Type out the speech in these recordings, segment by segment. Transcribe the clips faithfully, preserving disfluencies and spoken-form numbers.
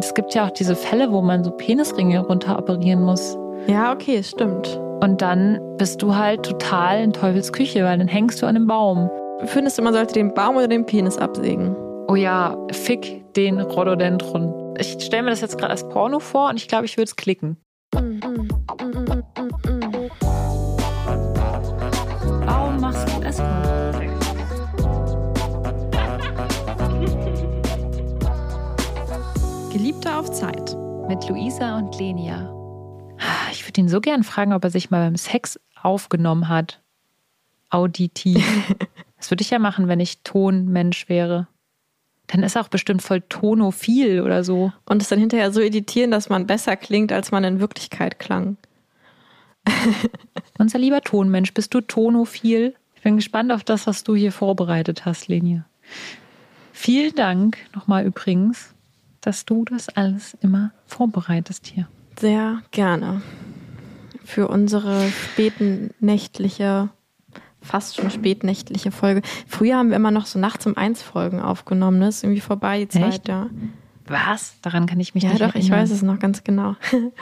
Und es gibt ja auch diese Fälle, wo man so Penisringe runter operieren muss. Ja, okay, stimmt. Und dann bist du halt total in Teufels Küche, weil dann hängst du an einem Baum. Findest du, man sollte den Baum oder den Penis absägen? Oh ja, fick den Rhododendron. Ich stelle mir das jetzt gerade als Porno vor und ich glaube, ich würde es klicken. Warum machst du es? Geliebte auf Zeit. Mit Luisa und Lenia. Ich würde ihn so gern fragen, ob er sich mal beim Sex aufgenommen hat. Auditiv. Das würde ich ja machen, wenn ich Tonmensch wäre. Dann ist er auch bestimmt voll tonophil oder so. Und es dann hinterher so editieren, dass man besser klingt, als man in Wirklichkeit klang. Unser lieber Tonmensch, bist du tonophil? Ich bin gespannt auf das, was du hier vorbereitet hast, Lenia. Vielen Dank nochmal übrigens, dass du das alles immer vorbereitest hier. Sehr gerne. Für unsere späten nächtliche, fast schon spätnächtliche Folge. Früher haben wir immer noch so nachts um eins Folgen aufgenommen. Das ist irgendwie vorbei, die Zeit, Echt? ja. Was? Daran kann ich mich ja, nicht doch, erinnern. ich weiß es noch ganz genau.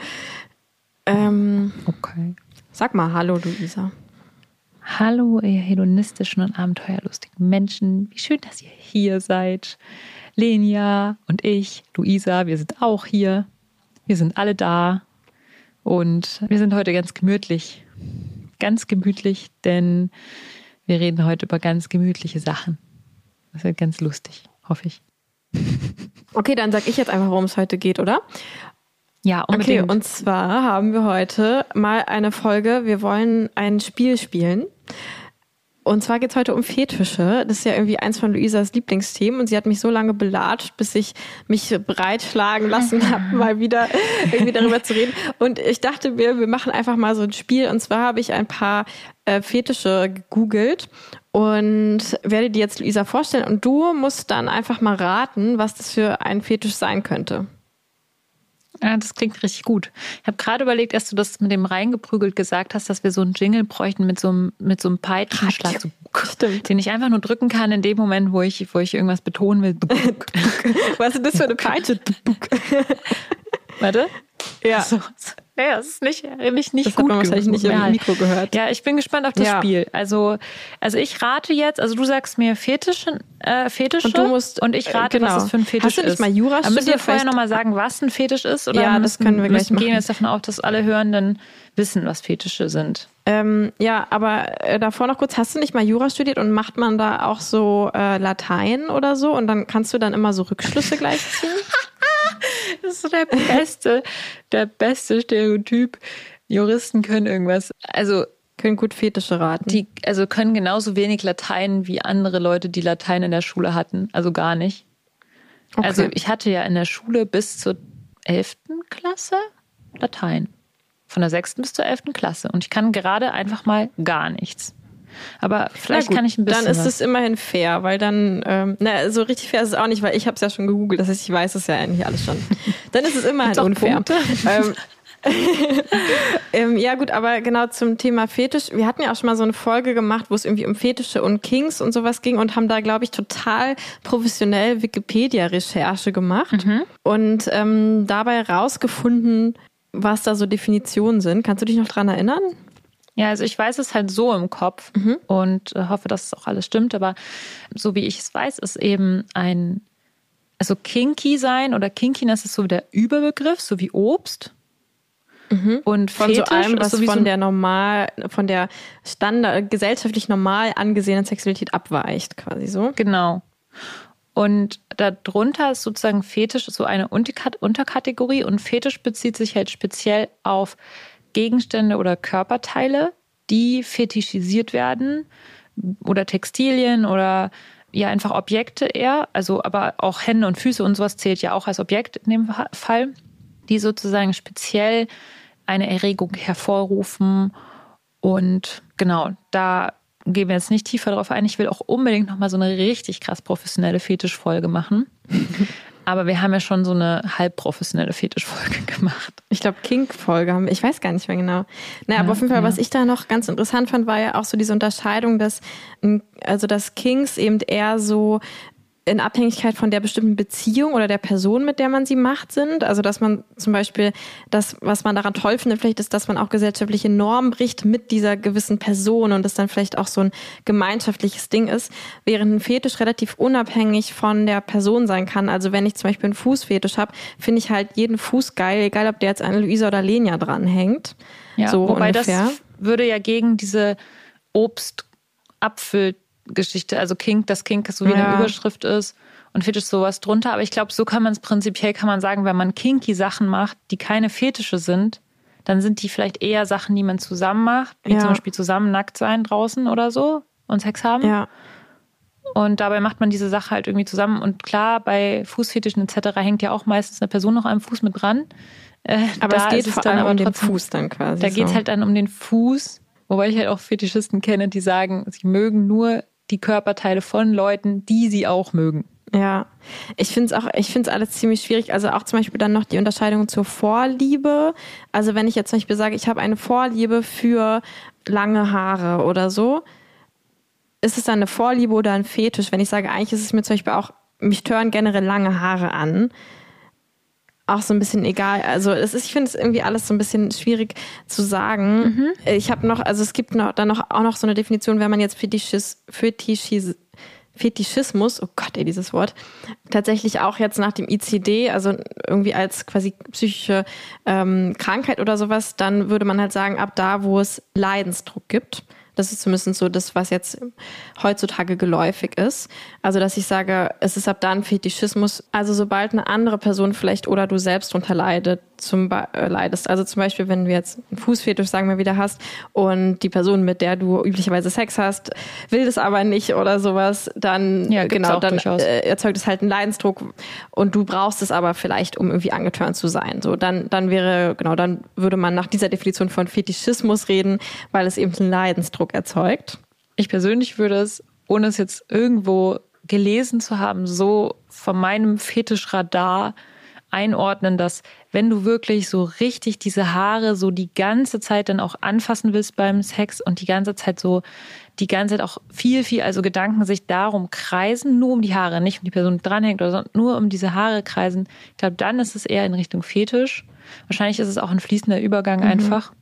ähm, Okay. Sag mal Hallo, Luisa. Hallo, ihr hedonistischen und abenteuerlustigen Menschen. Wie schön, dass ihr hier seid. Lenia und ich, Luisa, wir sind auch hier. Wir sind alle da. Und wir sind heute ganz gemütlich. Ganz gemütlich, denn wir reden heute über ganz gemütliche Sachen. Das wird ganz lustig, hoffe ich. Okay, dann sag ich jetzt einfach, worum es heute geht, oder? Ja, unbedingt. Okay, und zwar haben wir heute mal eine Folge, wir wollen ein Spiel spielen. Und zwar geht es heute um Fetische. Das ist ja irgendwie eins von Luisas Lieblingsthemen. Und sie hat mich so lange belatscht, bis ich mich breitschlagen lassen habe, mal wieder irgendwie darüber zu reden. Und ich dachte mir, wir machen einfach mal so ein Spiel. Und zwar habe ich ein paar äh, Fetische gegoogelt und werde die jetzt Luisa vorstellen. Und du musst dann einfach mal raten, was das für ein Fetisch sein könnte. Ja, das klingt richtig gut. Ich habe gerade überlegt, erst du das mit dem reingeprügelt gesagt hast, dass wir so einen Jingle bräuchten mit so einem, mit so einem Peitschenschlag, so, den ich einfach nur drücken kann in dem Moment, wo ich, wo ich irgendwas betonen will. Was ist das für eine Peitsche? Warte. Ja. So. Ja, das ist nicht, nicht, nicht das gut. Das hat man wahrscheinlich nicht im Mikro gehört. Ja, ich bin gespannt auf das ja. Spiel. Also, also ich rate jetzt, also du sagst mir Fetische, äh, Fetische und, du musst, und ich rate, genau. was es für ein Fetisch ist. Hast du nicht mal Jura studiert? Müssen wir vorher nochmal sagen, was ein Fetisch ist? Oder ja, müssen, das können wir gleich müssen, machen. gehen wir jetzt davon aus, dass alle Hörenden wissen, was Fetische sind. Ähm, ja, aber äh, davor noch kurz, hast du nicht mal Jura studiert und macht man da auch so äh, Latein oder so und dann kannst du dann immer so Rückschlüsse gleich ziehen? Das ist so der beste, der beste Stereotyp. Juristen können irgendwas, also können gut Fetische raten. Die also können genauso wenig Latein wie andere Leute, die Latein in der Schule hatten. Also gar nicht. Okay. Also ich hatte ja in der Schule bis zur elften Klasse Latein. Von der sechsten bis zur elften Klasse. Und ich kann gerade einfach mal gar nichts. Aber vielleicht gut, kann ich ein bisschen dann ist was. es immerhin fair, weil dann, ähm, na, so richtig fair ist es auch nicht, weil ich habe es ja schon gegoogelt, das heißt, ich weiß es ja eigentlich alles schon. Dann ist es immerhin unfair. ähm, ähm, ja gut, aber genau zum Thema Fetisch. Wir hatten ja auch schon mal so eine Folge gemacht, wo es irgendwie um Fetische und Kinks und sowas ging und haben da, glaube ich, total professionell Wikipedia-Recherche gemacht mhm. und ähm, dabei rausgefunden, was da so Definitionen sind. Kannst du dich noch dran erinnern? Ja, also ich weiß es halt so im Kopf mhm. und äh, hoffe, dass es auch alles stimmt. Aber so wie ich es weiß, ist eben ein, also kinky sein oder Kinkiness ist so der Überbegriff, so wie Obst. Mhm. Und von Fetisch so allem, was ist von der normal, von der Standard, gesellschaftlich normal angesehenen Sexualität abweicht, quasi so. Genau. Und darunter ist sozusagen Fetisch so eine Unterkategorie und Fetisch bezieht sich halt speziell auf Gegenstände oder Körperteile, die fetischisiert werden oder Textilien oder ja einfach Objekte eher, also aber auch Hände und Füße und sowas zählt ja auch als Objekt in dem Fall, die sozusagen speziell eine Erregung hervorrufen und genau, da gehen wir jetzt nicht tiefer drauf ein. Ich will auch unbedingt nochmal so eine richtig krass professionelle Fetischfolge machen. Aber wir haben ja schon so eine halb professionelle Fetischfolge gemacht. Ich glaube, Kink-Folge haben wir, ich weiß gar nicht mehr genau. Naja, aber ja, auf jeden Fall, ja. Was ich da noch ganz interessant fand, war ja auch so diese Unterscheidung, dass, also dass Kinks eben eher so in Abhängigkeit von der bestimmten Beziehung oder der Person, mit der man sie macht, sind. Also dass man zum Beispiel, das, was man daran toll findet, vielleicht ist, dass man auch gesellschaftliche Normen bricht mit dieser gewissen Person und das dann vielleicht auch so ein gemeinschaftliches Ding ist, während ein Fetisch relativ unabhängig von der Person sein kann. Also wenn ich zum Beispiel einen Fußfetisch habe, finde ich halt jeden Fuß geil, egal ob der jetzt an Luisa oder Lenia dranhängt. Ja, so wobei ungefähr. Das würde ja gegen diese Obst-Apfel- Geschichte, also Kink, dass Kink so wie ja. eine Überschrift ist und Fetisch sowas drunter. Aber ich glaube, so kann man es prinzipiell, kann man sagen, wenn man kinky Sachen macht, die keine Fetische sind, dann sind die vielleicht eher Sachen, die man zusammen macht, wie ja. zum Beispiel zusammen nackt sein draußen oder so und Sex haben. Ja. Und dabei macht man diese Sache halt irgendwie zusammen. Und klar, bei Fußfetischen et cetera hängt ja auch meistens eine Person noch am Fuß mit dran. Äh, aber da es geht ist vor es dann allem aber um den trotzdem, Fuß dann quasi. Da geht es so. halt dann um den Fuß, wobei ich halt auch Fetischisten kenne, die sagen, sie mögen nur die Körperteile von Leuten, die sie auch mögen. Ja, ich finde es auch, ich finde es alles ziemlich schwierig. Also auch zum Beispiel dann noch die Unterscheidung zur Vorliebe. Also wenn ich jetzt zum Beispiel sage, ich habe eine Vorliebe für lange Haare oder so, ist es dann eine Vorliebe oder ein Fetisch? Wenn ich sage, eigentlich ist es mir zum Beispiel auch, mich stören generell lange Haare an. Auch so ein bisschen egal. Also es ist, ich finde es irgendwie alles so ein bisschen schwierig zu sagen. Mhm. Ich habe noch, also es gibt noch, dann noch auch noch so eine Definition, wenn man jetzt Fetischis, Fetischis, Fetischismus, oh Gott, ey, dieses Wort, tatsächlich auch jetzt nach dem I C D, also irgendwie als quasi psychische ähm, Krankheit oder sowas, dann würde man halt sagen, ab da, wo es Leidensdruck gibt. Das ist zumindest so das, was jetzt heutzutage geläufig ist. Also, dass ich sage, es ist ab dann Fetischismus. Also, sobald eine andere Person vielleicht oder du selbst drunter leidet, zum Be- äh, leidest. Also, zum Beispiel, wenn du jetzt einen Fußfetisch, sagen wir wieder, hast und die Person, mit der du üblicherweise Sex hast, will das aber nicht oder sowas, dann, ja, genau, dann äh, erzeugt es halt einen Leidensdruck und du brauchst es aber vielleicht, um irgendwie angetörnt zu sein. So, dann, dann wäre, genau, dann würde man nach dieser Definition von Fetischismus reden, weil es eben einen Leidensdruck erzeugt. Ich persönlich würde es, ohne es jetzt irgendwo gelesen zu haben, so von meinem Fetischradar einordnen, dass wenn du wirklich so richtig diese Haare so die ganze Zeit dann auch anfassen willst beim Sex und die ganze Zeit so, die ganze Zeit auch viel, viel, also Gedanken sich darum kreisen, nur um die Haare, nicht um die Person dranhängt, oder nur um diese Haare kreisen. Ich glaube, dann ist es eher in Richtung Fetisch. Wahrscheinlich ist es auch ein fließender Übergang mhm. einfach.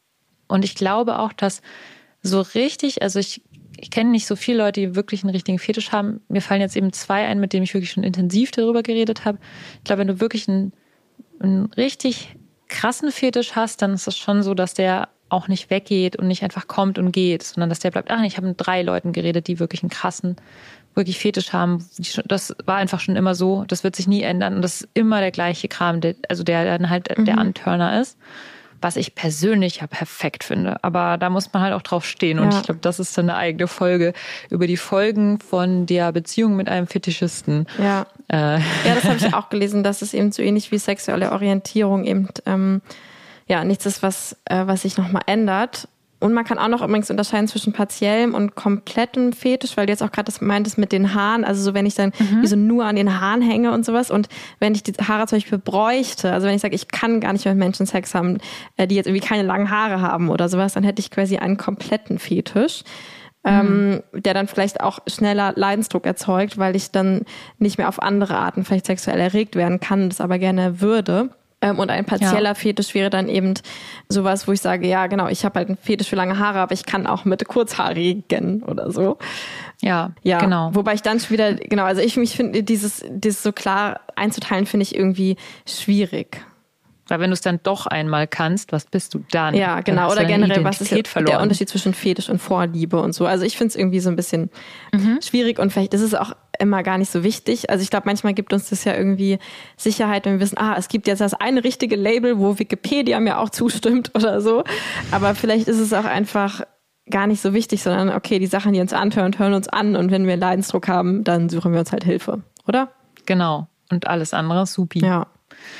Und ich glaube auch, dass so richtig, also ich, ich kenne nicht so viele Leute, die wirklich einen richtigen Fetisch haben. Mir fallen jetzt eben zwei ein, mit denen ich wirklich schon intensiv darüber geredet habe. Ich glaube, wenn du wirklich einen, einen richtig krassen Fetisch hast, dann ist es schon so, dass der auch nicht weggeht und nicht einfach kommt und geht, sondern dass der bleibt. Ach, ich habe mit drei Leuten geredet, die wirklich einen krassen, wirklich Fetisch haben. Das war einfach schon immer so. Das wird sich nie ändern. Und das ist immer der gleiche Kram, der, also der dann halt mhm. der Antörner ist. Was ich persönlich ja perfekt finde. Aber da muss man halt auch drauf stehen. Und ja. ich glaube, das ist dann eine eigene Folge über die Folgen von der Beziehung mit einem Fetischisten. Ja, äh. ja, das habe ich auch gelesen, dass es eben so ähnlich wie sexuelle Orientierung eben ähm, ja nichts ist, was, äh, was sich nochmal ändert. Und man kann auch noch übrigens unterscheiden zwischen partiellem und komplettem Fetisch, weil du jetzt auch gerade das meintest mit den Haaren. Also so, wenn ich dann mhm. wie so nur an den Haaren hänge und sowas. Und wenn ich die Haare zum Beispiel bräuchte, also wenn ich sage, ich kann gar nicht mit Menschen Sex haben, die jetzt irgendwie keine langen Haare haben oder sowas, dann hätte ich quasi einen kompletten Fetisch, mhm. ähm, der dann vielleicht auch schneller Leidensdruck erzeugt, weil ich dann nicht mehr auf andere Arten vielleicht sexuell erregt werden kann, das aber gerne würde. Und ein partieller ja. Fetisch wäre dann eben sowas, wo ich sage, ja genau, ich habe halt einen Fetisch für lange Haare, aber ich kann auch mit kurzhaarigen oder so. Ja, ja, genau. Wobei ich dann schon wieder, genau, also ich mich finde, dieses, dieses so klar einzuteilen, finde ich irgendwie schwierig. Weil wenn du es dann doch einmal kannst, was bist du dann? Ja, genau. Oder generell, was ist verloren. Der Unterschied zwischen Fetisch und Vorliebe und so. Also ich finde es irgendwie so ein bisschen mhm. schwierig und vielleicht ist es auch immer gar nicht so wichtig. Also ich glaube, manchmal gibt uns das ja irgendwie Sicherheit, wenn wir wissen, ah, es gibt jetzt das eine richtige Label, wo Wikipedia mir auch zustimmt oder so. Aber vielleicht ist es auch einfach gar nicht so wichtig, sondern okay, die Sachen, die uns anhören, hören uns an und wenn wir Leidensdruck haben, dann suchen wir uns halt Hilfe, oder? Genau. Und alles andere supi. Ja.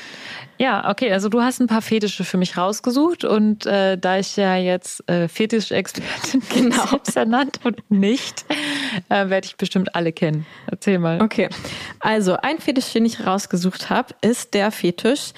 Ja, okay, also du hast ein paar Fetische für mich rausgesucht und äh, da ich ja jetzt äh, Fetischexpertin genau. selbst ernannt und nicht, äh, werde ich bestimmt alle kennen. Erzähl mal. Okay, also ein Fetisch, den ich rausgesucht habe, ist der Fetisch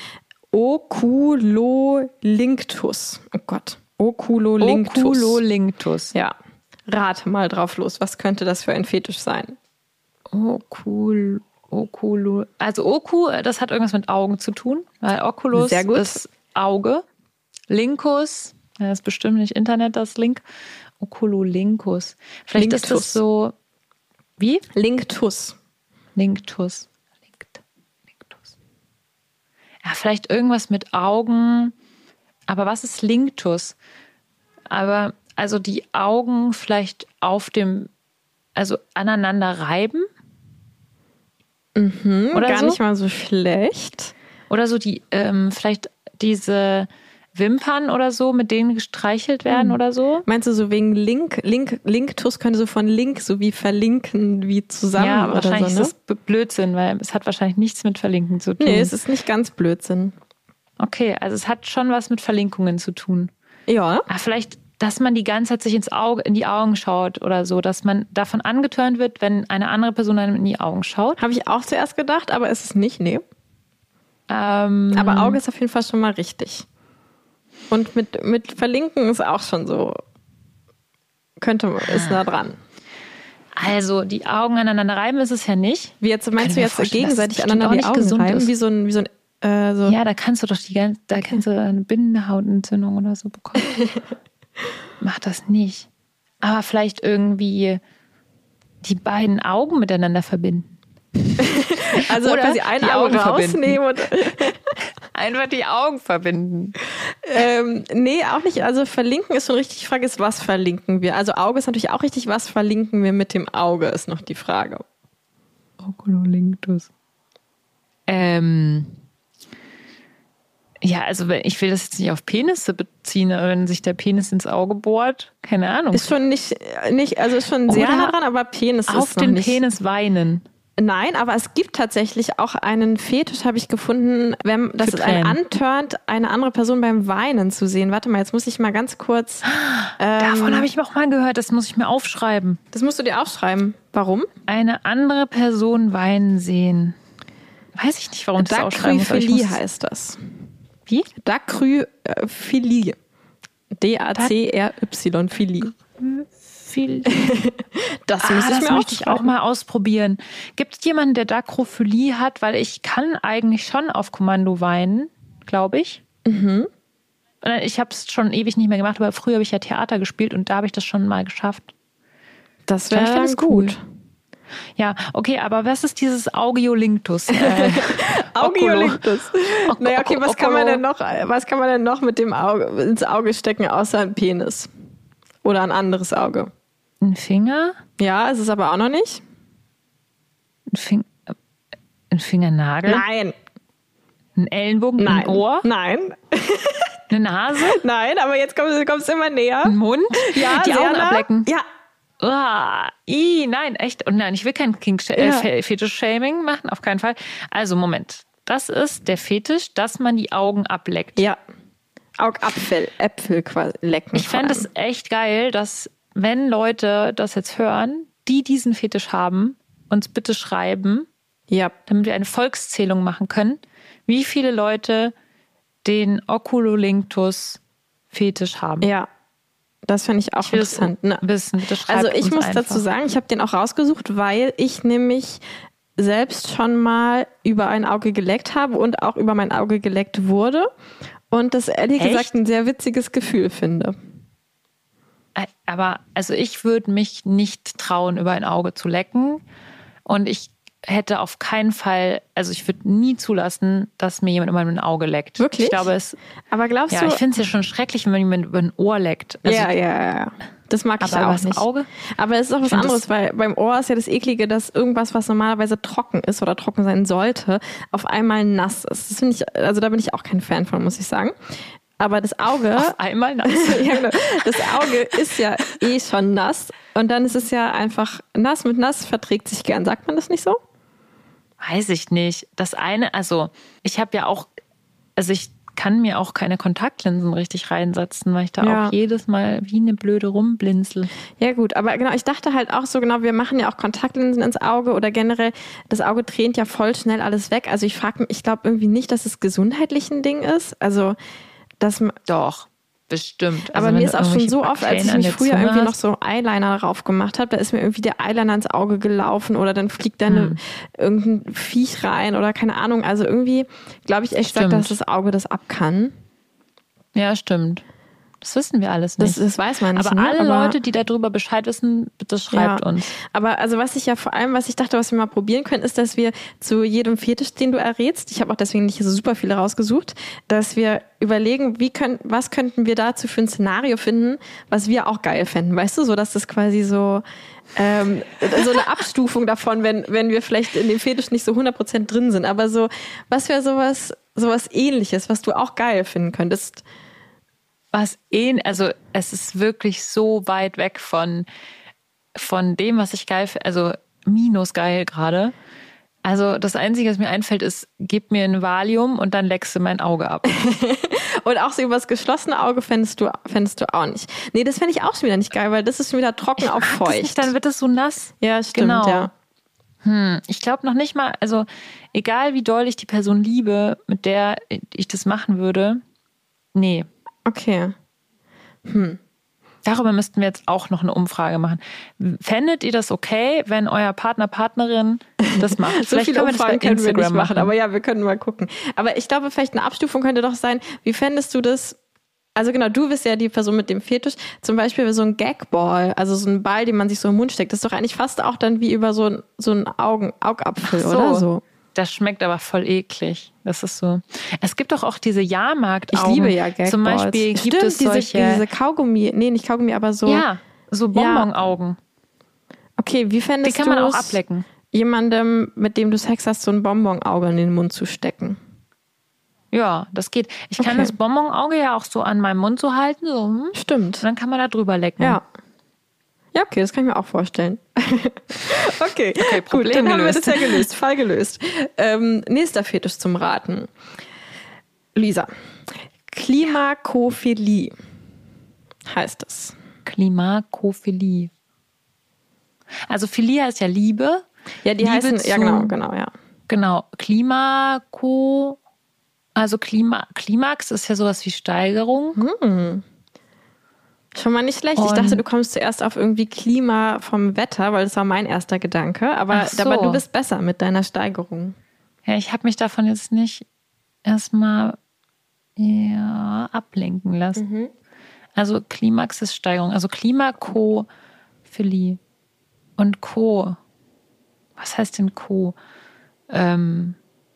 Oculolinctus. Oh Gott, Oculolinctus. Oculolinctus. Ja, rate mal drauf los, was könnte das für ein Fetisch sein? Okul, Okulu. Also Oku, das hat irgendwas mit Augen zu tun, weil Oculus Sehr gut. ist Auge. Lincus, das ist bestimmt nicht Internet, das Link. Oculolinkus. Vielleicht Linctus. ist das so, wie? Linctus. Linctus. Linkt, Linctus. Ja, vielleicht irgendwas mit Augen. Aber was ist Linctus? Aber also die Augen vielleicht auf dem, also aneinander reiben? Mhm, Oder gar so? nicht mal so schlecht. Oder so die, ähm, vielleicht diese Wimpern oder so, mit denen gestreichelt werden Hm. oder so? Meinst du so wegen Link, Link, Linktus könnte so von Link, so wie verlinken, wie zusammen Ja, oder wahrscheinlich so, ne? ist das B- Blödsinn, weil es hat wahrscheinlich nichts mit Verlinken zu tun. Nee, es ist nicht ganz Blödsinn. Okay, also es hat schon was mit Verlinkungen zu tun. Ja. Ah, vielleicht, dass man die ganze Zeit sich ins Auge, in die Augen schaut oder so, dass man davon angetörnt wird, wenn eine andere Person einem in die Augen schaut. Habe ich auch zuerst gedacht, aber ist es nicht, nee. Ähm, Aber Auge ist auf jeden Fall schon mal richtig. Und mit, mit Verlinken ist auch schon so, könnte man, ist nah dran. Also die Augen aneinander reiben ist es ja nicht. Wie jetzt, meinst Kann du mir jetzt vorstellen, dass gegenseitig es bestimmt aneinander die auch nicht Augen gesund reiben? ist. Wie so ein, wie so ein, äh, so. Ja, da kannst du doch die ganze, da kannst du eine Bindehautentzündung oder so bekommen. Mach das nicht. Aber vielleicht irgendwie die beiden Augen miteinander verbinden. Also Oder quasi ein die Auge Augen verbinden. rausnehmen und Einfach die Augen verbinden. ähm, nee, auch nicht. Also verlinken ist schon richtig. Die Frage ist, was verlinken wir? Also Auge ist natürlich auch richtig. Was verlinken wir mit dem Auge, ist noch die Frage. Oculolinctus. Ähm, ja, also wenn- ich will das jetzt nicht auf Penisse beziehen, aber wenn sich der Penis ins Auge bohrt, keine Ahnung. Ist schon nicht, nicht also ist schon sehr Oder nah dran, aber Penis auf ist noch den nicht. Penis weinen. Nein, aber es gibt tatsächlich auch einen Fetisch, habe ich gefunden, wenn das Für ist ein Tränen. anturnt, eine andere Person beim Weinen zu sehen. Warte mal, jetzt muss ich mal ganz kurz. Ähm, Davon habe ich auch mal gehört, das muss ich mir aufschreiben. Das musst du dir aufschreiben. Warum? Eine andere Person weinen sehen. Weiß ich nicht, warum ich das aufschreiben muss. aber ich Dacryphilie muss- heißt das. Wie? Dacryphilie. D A C R Y, Philie. Viel. Das Ah, muss ich das mir möchte ich auch mal ausprobieren. Gibt es jemanden, der Dacrophilie hat? Weil ich kann eigentlich schon auf Kommando weinen, glaube ich. Mhm. Ich habe es schon ewig nicht mehr gemacht, aber früher habe ich ja Theater gespielt und da habe ich das schon mal geschafft. Das Ich glaub, ich wäre find es gut. cool. Ja, okay, aber was ist dieses Augiolinctus? Äh, Augiolinctus. Oculo. Naja, okay, was kann man Oculo. denn noch, was kann man denn noch mit dem Auge ins Auge stecken, außer ein Penis? Oder ein anderes Auge? Ein Finger? Ja, ist es aber auch noch nicht. Ein, Fing ein Fingernagel? Nein. Ein Ellenbogen? Nein. Ein Ohr? Nein. Eine Nase? Nein, aber jetzt kommst du kommst immer näher. Ein Mund? Ja, Die sehr Augen nah. ablecken? Ja. Ah, i, nein, echt. Und nein, ich will kein King äh, Ja. Fe- Fetisch-Shaming machen, auf keinen Fall. Also, Moment. Das ist der Fetisch, dass man die Augen ableckt. Ja. Augapfel, Äpfel quasi lecken. Ich fände es echt geil, dass, wenn Leute das jetzt hören, die diesen Fetisch haben, uns bitte schreiben, Ja. damit wir eine Volkszählung machen können, wie viele Leute den Oculolinctus-Fetisch haben. Ja. Das fände ich auch Ich will das interessant. Ne? wissen. Bitte schreibt Also ich uns muss einfach. dazu sagen, ich habe den auch rausgesucht, weil ich nämlich selbst schon mal über ein Auge geleckt habe und auch über mein Auge geleckt wurde und das ehrlich Echt? gesagt ein sehr witziges Gefühl finde. Aber also ich würde mich nicht trauen, über ein Auge zu lecken. Und ich hätte auf keinen Fall, also ich würde nie zulassen, dass mir jemand über ein Auge leckt. Wirklich? Ich glaube, es. Aber glaubst Ja, du? ich finde es ja schon schrecklich, wenn man jemand über ein Ohr leckt. Also, ja, ja, ja. Das mag ich aber auch das nicht. Auge? Aber es ist auch was find anderes, das- weil beim Ohr ist ja das Eklige, dass irgendwas, was normalerweise trocken ist oder trocken sein sollte, auf einmal nass ist. Das finde ich, also da bin ich auch kein Fan von, muss ich sagen. Aber das Auge, Auf einmal nass. ja, genau. Das Auge ist ja eh schon nass und dann ist es ja einfach nass mit nass verträgt sich gern. Sagt man das nicht so? Weiß ich nicht. Das eine, also ich habe ja auch, also ich kann mir auch keine Kontaktlinsen richtig reinsetzen, weil ich da Ja. auch jedes Mal wie eine blöde rumblinzel. Ja gut, aber genau, ich dachte halt auch so genau, wir machen ja auch Kontaktlinsen ins Auge oder generell, das Auge tränt ja voll schnell alles weg. Also ich frage mich, ich glaube irgendwie nicht, dass es gesundheitlich ein Ding ist. Also, dass man, Doch. Bestimmt. Aber also, mir ist auch schon so oft, als ich mich früher Zunge irgendwie hast, noch so Eyeliner drauf gemacht habe, da ist mir irgendwie der Eyeliner ins Auge gelaufen oder dann fliegt da eine, hm. irgendein Viech rein oder keine Ahnung. Also irgendwie glaube ich echt stark, dass das Auge das ab kann. Ja, stimmt. Das wissen wir alles nicht. Das, das weiß man nicht. Aber ne? alle aber, Leute, die darüber Bescheid wissen, bitte schreibt ja. uns. Aber also was ich ja vor allem, was ich dachte, was wir mal probieren können, ist, dass wir zu jedem Fetisch, den du errätst, ich habe auch deswegen nicht so super viele rausgesucht, dass wir überlegen, wie können, was könnten wir dazu für ein Szenario finden, was wir auch geil fänden, weißt du, so dass das quasi so ähm, so eine Abstufung davon, wenn wenn wir vielleicht in dem Fetisch nicht so hundert Prozent drin sind, aber so, was wäre sowas, sowas Ähnliches, was du auch geil finden könntest? Was eh, also es ist wirklich so weit weg von, von dem, was ich geil finde, also minus geil gerade. Also das Einzige, was mir einfällt, ist, gib mir ein Valium und dann leckst du mein Auge ab. Und auch so übers geschlossene Auge fändest du, fändest du auch nicht. Nee, das fände ich auch schon wieder nicht geil, weil das ist schon wieder trocken ich auf mag das feucht. nicht, dann wird es so nass. Ja, stimmt, genau. ja. Hm, ich glaube noch nicht mal, also egal wie doll ich die Person liebe, mit der ich das machen würde, nee. Okay. Hm. Darüber müssten wir jetzt auch noch eine Umfrage machen. Fändet ihr das okay, wenn euer Partner, Partnerin das macht? So Vielleicht viele können wir das bei Umfragen können wir Instagram nicht machen, machen. aber ja, wir können mal gucken. Aber ich glaube, vielleicht eine Abstufung könnte doch sein, wie fändest du das? Also genau, du bist ja die Person mit dem Fetisch. Zum Beispiel so ein Gagball, also so ein Ball, den man sich so im Mund steckt. Das ist doch eigentlich fast auch dann wie über so ein, so ein Augen, Augapfel, Ach so. oder so. Das schmeckt aber voll eklig. Das ist so. Es gibt doch auch diese Jahrmarktaugen. Ich liebe ja Gagballs. Zum Beispiel gibt Stimmt, es diese, solche... diese Kaugummi, nee, nicht Kaugummi, aber so. Ja, so Bonbonaugen. Okay, wie Die fändest du kann man auch es, ablecken. jemandem, mit dem du Sex hast, so ein Bonbonauge in den Mund zu stecken? Ja, das geht. Ich kann Okay. das Bonbonauge ja auch so an meinem Mund so halten. So, hm, und Stimmt. dann kann man da drüber lecken. Ja. Ja, okay, das kann ich mir auch vorstellen. okay, Okay, gut, Problem dann haben wir gelöst. das ja gelöst, Fall gelöst. Ähm, nächster Fetisch zum Raten. Lisa, Klimakophilie heißt es. Klimakophilie. Also Philie heißt ja Liebe. Ja, die Liebe heißen, zu, ja genau, genau, ja. Genau. Klimako, also Klima, Klimax ist ja sowas wie Steigerung. Hm. Schon mal nicht schlecht. Ich Und- dachte, du kommst zuerst auf irgendwie Klima vom Wetter, weil das war mein erster Gedanke. Aber, Ach so. aber du bist besser mit deiner Steigerung. Ja, ich habe mich davon jetzt nicht erstmal ja, ablenken lassen. Mhm. Also Klimax ist Steigerung. Also Klimakophilie. Und Co. Was heißt denn Co? Ähm,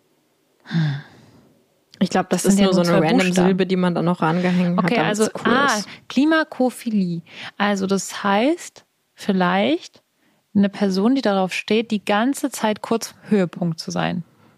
Ich glaube, das, Das ist sind ja nur so nur eine zwei random Buchstaben. Silbe, die man dann noch rangehängt hat. okay, damit also es cool ah, ist. Klimakophilie. Also das heißt vielleicht eine Person, die darauf steht, die ganze Zeit kurz vor Höhepunkt zu sein.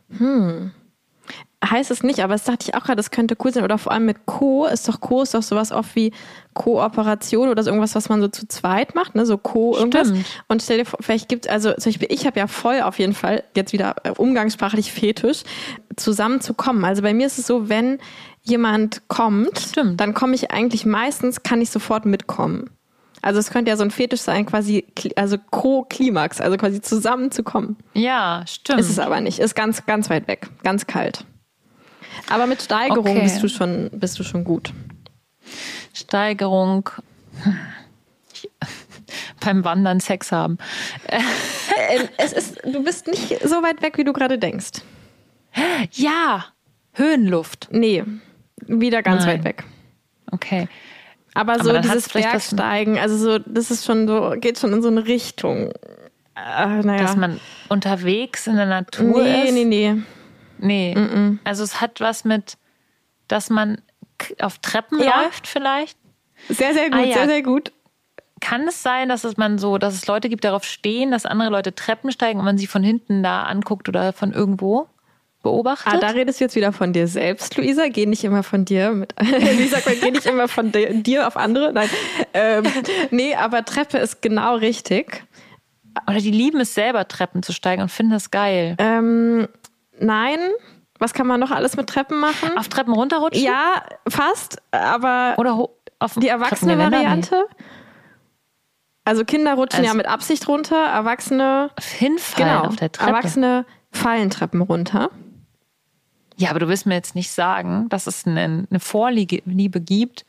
Heißt es nicht, aber das dachte ich auch gerade, das könnte cool sein. Oder vor allem mit Co. Ist doch Co. ist doch sowas oft wie Kooperation oder so irgendwas, was man so zu zweit macht, ne? So Co. irgendwas. Stimmt. Und stell dir vor, vielleicht gibt also zum Beispiel, ich habe ja voll auf jeden Fall jetzt wieder äh, umgangssprachlich Fetisch, zusammenzukommen. Also bei mir ist es so, wenn jemand kommt, Stimmt. dann komme ich eigentlich meistens, kann ich sofort mitkommen. Also es könnte ja so ein Fetisch sein, quasi, kli- also Co-Klimax, also quasi zusammenzukommen. Ja, stimmt. Ist es aber nicht. Ist ganz, ganz weit weg. Ganz kalt. Aber mit Steigerung Okay. bist du schon, bist du schon gut. Steigerung. Ich, beim Wandern Sex haben. Äh, es ist, du bist nicht so weit weg, wie du gerade denkst. Ja, Höhenluft. Nee, wieder ganz Nein. weit weg. Okay. Aber so dann hat's dieses vielleicht was- Bergsteigen, also so, das ist schon so, geht schon in so eine Richtung. Äh, naja. Dass man unterwegs in der Natur nee, ist. nee, nee. Nee. Also es hat was mit, dass man k- auf Treppen Ja. läuft vielleicht. Sehr, sehr gut, Ah, ja. sehr, sehr gut. Kann es sein, dass es man so, dass es Leute gibt, die darauf stehen, dass andere Leute Treppen steigen und man sie von hinten da anguckt oder von irgendwo beobachtet? Ah, da redest du jetzt wieder von dir selbst, Luisa. Geh nicht immer von dir mit. Wie sagt man, geh nicht immer von dir, dir auf andere. Nein. Ähm, nee, aber Treppe ist genau richtig. Oder die lieben es selber, Treppen zu steigen und finden das geil. Ähm, nein. Was kann man noch alles mit Treppen machen? Auf Treppen runterrutschen? Ja, fast, aber Oder ho- auf die erwachsene Treppengeländer? Variante. Also Kinder rutschen Also- ja mit Absicht runter, Erwachsene, Nee. Hinfallen genau, auf der Treppe. Erwachsene fallen Treppen runter. Ja, aber du willst mir jetzt nicht sagen, dass es eine, eine Vorliebe gibt,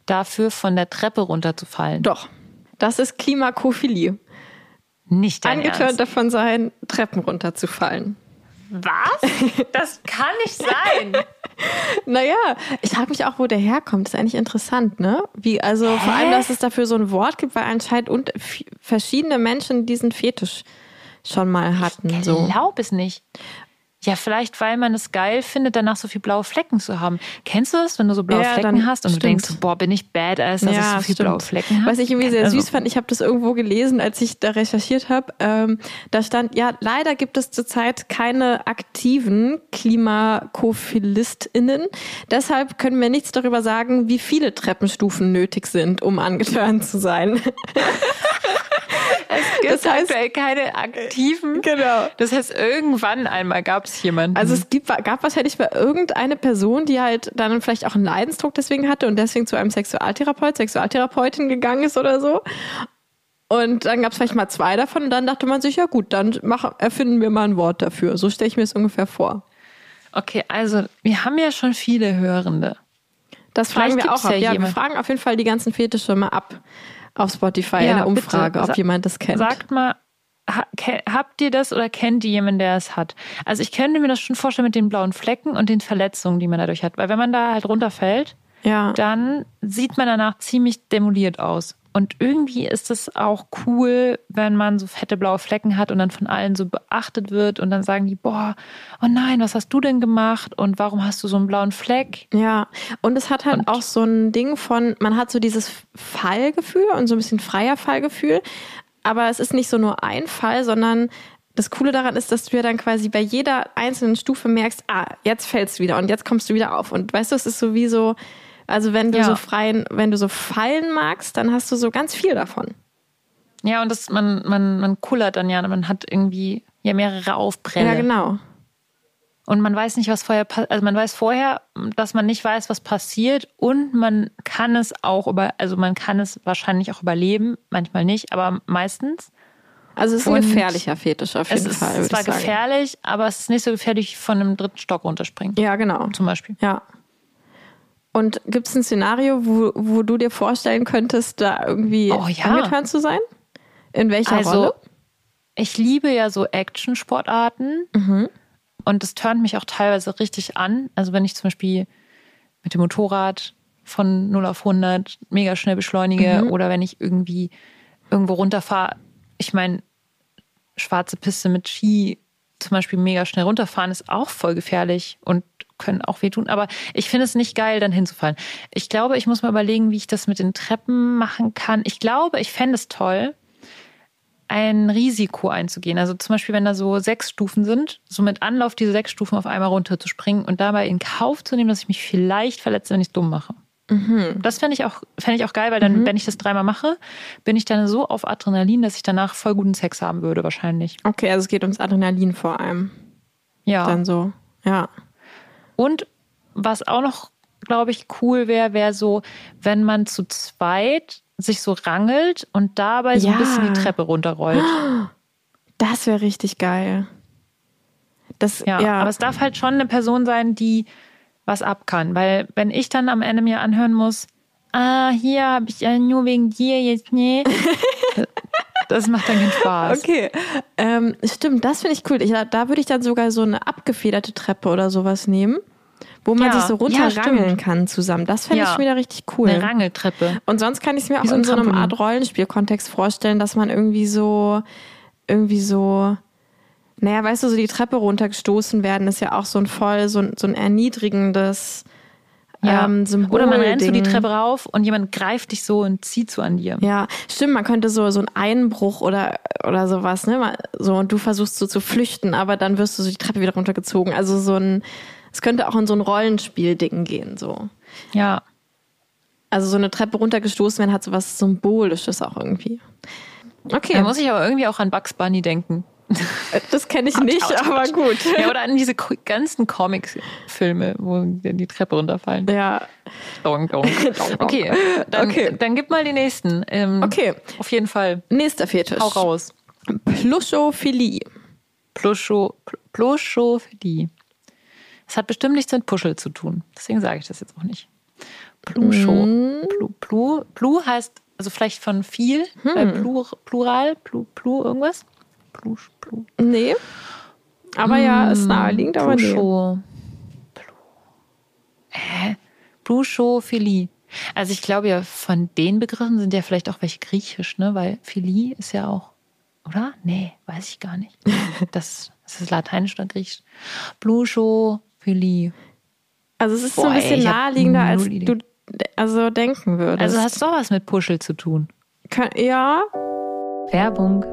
dafür, von der Treppe runterzufallen. Doch. Das ist Klimakophilie. Nicht dein Angetörnt Ernst. davon sein, Treppen runterzufallen. Was? Das kann nicht sein. Naja, ich frage mich auch, wo der herkommt. Das ist eigentlich interessant, ne? Wie, also Hä? vor allem, dass es dafür so ein Wort gibt, weil anscheinend und f- verschiedene Menschen diesen Fetisch schon mal hatten. Ich So. glaube es nicht. Ja, vielleicht, weil man es geil findet, danach so viele blaue Flecken zu haben. Kennst du das, wenn du so blaue Ja, Flecken dann hast und stimmt. du denkst, boah, bin ich badass, dass ich so viele stimmt. blaue Flecken habe? Was ich irgendwie sehr Also- süß fand, ich habe das irgendwo gelesen, als ich da recherchiert habe. Ähm, da stand, ja, leider gibt es zurzeit keine aktiven KlimakophilistInnen. Deshalb können wir nichts darüber sagen, wie viele Treppenstufen nötig sind, um angetörnt zu sein. Es gibt Das heißt- aktuell keine aktiven. Genau. Das heißt, irgendwann einmal gab es jemanden. Also es gibt, gab wahrscheinlich mal irgendeine Person, die halt dann vielleicht auch einen Leidensdruck deswegen hatte und deswegen zu einem Sexualtherapeut, Sexualtherapeutin gegangen ist oder so. Und dann gab es vielleicht mal zwei davon und dann dachte man sich, ja gut, dann mach, erfinden wir mal ein Wort dafür. So stelle ich mir es ungefähr vor. Okay, also wir haben ja schon viele Hörende. Das fragen Vielleicht wir auch gibt's ab. ja Ja, wir jemand. fragen auf jeden Fall die ganzen Fetische mal ab auf Spotify in Ja, der Umfrage, bitte. ob jemand das kennt. Sagt mal, ha, ke- habt ihr das oder kennt ihr jemanden, der es hat? Also ich könnte mir das schon vorstellen mit den blauen Flecken und den Verletzungen, die man dadurch hat. Weil wenn man da halt runterfällt, Ja. dann sieht man danach ziemlich demoliert aus. Und irgendwie ist es auch cool, wenn man so fette blaue Flecken hat und dann von allen so beachtet wird und dann sagen die, boah, oh nein, was hast du denn gemacht und warum hast du so einen blauen Fleck? Ja, und es hat halt Und- auch so ein Ding von, man hat so dieses Fallgefühl und so ein bisschen freier Fallgefühl, aber es ist nicht so nur ein Fall, sondern das Coole daran ist, dass du ja dann quasi bei jeder einzelnen Stufe merkst, ah, jetzt fällst du wieder und jetzt kommst du wieder auf. Und weißt du, es ist so wie so, also wenn du Ja. so freien, wenn du so fallen magst, dann hast du so ganz viel davon. Ja, und das, man, man, man kullert dann ja, man hat irgendwie ja mehrere Aufprelle. Ja, genau. Und man weiß nicht, was vorher passiert. Also man weiß vorher, dass man nicht weiß, was passiert. Und man kann es auch über, also man kann es wahrscheinlich auch überleben, manchmal nicht, aber meistens. Also es ist ein Und gefährlicher Fetisch auf Es jeden ist Fall, würde zwar ich sagen. gefährlich, aber es ist nicht so gefährlich, von einem dritten Stock runterspringen. Ja, genau. Zum Beispiel. Ja. Und gibt es ein Szenario, wo, wo du dir vorstellen könntest, da irgendwie Oh, ja. angetan zu sein? In welcher Also, Rolle? ich liebe ja so Action-Sportarten. Mhm. Und das turnt mich auch teilweise richtig an. Also wenn ich zum Beispiel mit dem Motorrad von null auf hundert mega schnell beschleunige Mhm. oder wenn ich irgendwie irgendwo runterfahre. Ich meine, schwarze Piste mit Ski zum Beispiel mega schnell runterfahren ist auch voll gefährlich und können auch wehtun. Aber ich finde es nicht geil, dann hinzufallen. Ich glaube, ich muss mal überlegen, wie ich das mit den Treppen machen kann. Ich glaube, ich fände es toll, ein Risiko einzugehen. Also zum Beispiel, wenn da so sechs Stufen sind, so mit Anlauf diese sechs Stufen auf einmal runterzuspringen und dabei in Kauf zu nehmen, dass ich mich vielleicht verletze, wenn ich es dumm mache. Mhm. Das fände ich auch, fände ich auch geil, weil dann, Mhm. wenn ich das dreimal mache, bin ich dann so auf Adrenalin, dass ich danach voll guten Sex haben würde, wahrscheinlich. Okay, also es geht ums Adrenalin vor allem. Ja. Dann so, ja. Und was auch noch, glaube ich, cool wäre, wäre so, wenn man zu zweit sich so rangelt und dabei so Ja. ein bisschen die Treppe runterrollt. Das wäre richtig geil. Das, Ja, ja, aber es darf halt schon eine Person sein, die was ab kann. Weil wenn ich dann am Ende mir anhören muss, ah, hier habe ich ja nur wegen dir jetzt, nee. Das macht dann keinen Spaß. okay. Ähm, stimmt, das finde ich cool. Ich, da würde ich dann sogar so eine abgefederte Treppe oder sowas nehmen, wo man Ja. sich so Ja, runterrangeln stimmt. kann zusammen. Das fände ich Ja. schon wieder richtig cool. Eine Rangeltreppe. Und sonst kann ich es mir auch Wie so in ein so einem Trampolin. Art Rollenspiel-Kontext vorstellen, dass man irgendwie so, irgendwie so, naja, weißt du, so die Treppe runtergestoßen werden, ist ja auch so ein voll, so ein, so ein erniedrigendes Ja. ähm, Symbol. Oder man rennt so die Ding. Treppe rauf und jemand greift dich so und zieht so an dir. Ja, stimmt, man könnte so, so einen Einbruch oder, oder sowas, ne? Mal- So, und du versuchst so zu flüchten, aber dann wirst du so die Treppe wieder runtergezogen. Also so ein, es könnte auch in so ein Rollenspiel-Ding gehen, so. Ja. Also so eine Treppe runtergestoßen werden hat so was Symbolisches auch irgendwie. Okay, Da muss ich aber irgendwie auch an Bugs Bunny denken. das kenne ich nicht, Autsch, autsch, aber autsch. gut. Ja, oder an diese ko- ganzen Comics-Filme, wo die die Treppe runterfallen. Ja, Donk, donk. Okay, dann, Okay. dann gib mal die nächsten. Ähm, okay. Auf jeden Fall. Nächster Fetisch. Hau raus. Pluschophilie. Pluscho, Pl- Pluschophilie. Es hat bestimmt nichts mit Puschel zu tun. Deswegen sage ich das jetzt auch nicht. Plusho. Mm. Plu, Plu, Plu heißt, also vielleicht von viel, Hm. äh, Plur, Plural, Plu, Plu irgendwas? Plu, Plu. Nee. Aber ja, ist naheliegend, aber nee. Plusho. Plu. Hä? Pluschophilie. Also ich glaube ja, von den Begriffen sind ja vielleicht auch welche griechisch, ne? Weil Philie ist ja auch, oder? Nee, weiß ich gar nicht. Das, das ist lateinisch oder griechisch. Pluschophilie. Also es ist Boah, so ein bisschen ey, ich hab naheliegender, als null Idee. du also denken würdest. Also hast du auch was mit Puschel zu tun? Kön- ja. Werbung.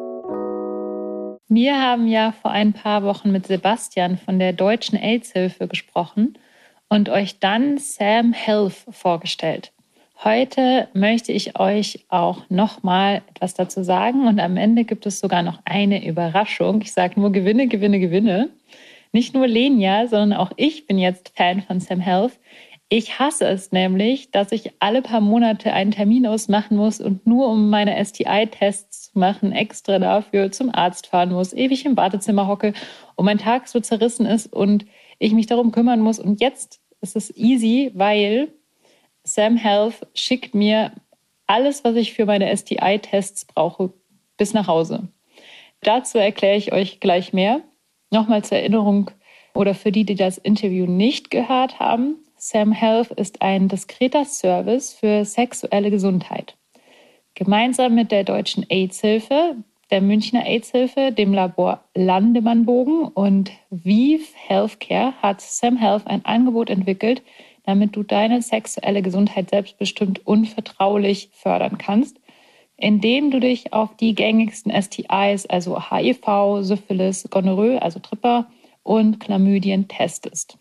Wir haben ja vor ein paar Wochen mit Sebastian von der Deutschen AIDS-Hilfe gesprochen und euch dann Sam Health vorgestellt. Heute möchte ich euch auch nochmal etwas dazu sagen und am Ende gibt es sogar noch eine Überraschung. Ich sage nur Gewinne, Gewinne, Gewinne. Nicht nur Lenia, sondern auch ich bin jetzt Fan von Sam Health. Ich hasse es nämlich, dass ich alle paar Monate einen Termin ausmachen muss und nur um meine S T I-Tests zu machen, extra dafür zum Arzt fahren muss, ewig im Wartezimmer hocke und mein Tag so zerrissen ist und ich mich darum kümmern muss. Und jetzt ist es easy, weil Sam Health schickt mir alles, was ich für meine S T I-Tests brauche, bis nach Hause. Dazu erkläre ich euch gleich mehr. Nochmal zur Erinnerung oder für die, die das Interview nicht gehört haben. Sam Health ist ein diskreter Service für sexuelle Gesundheit. Gemeinsam mit der Deutschen AIDS-Hilfe, der Münchner AIDS-Hilfe, dem Labor Landemannbogen und Vive Healthcare hat Sam Health ein Angebot entwickelt, damit du deine sexuelle Gesundheit selbstbestimmt und vertraulich fördern kannst, indem du dich auf die gängigsten S T Is, also H I V, Syphilis, Gonorrhoe, also Tripper und Chlamydien testest.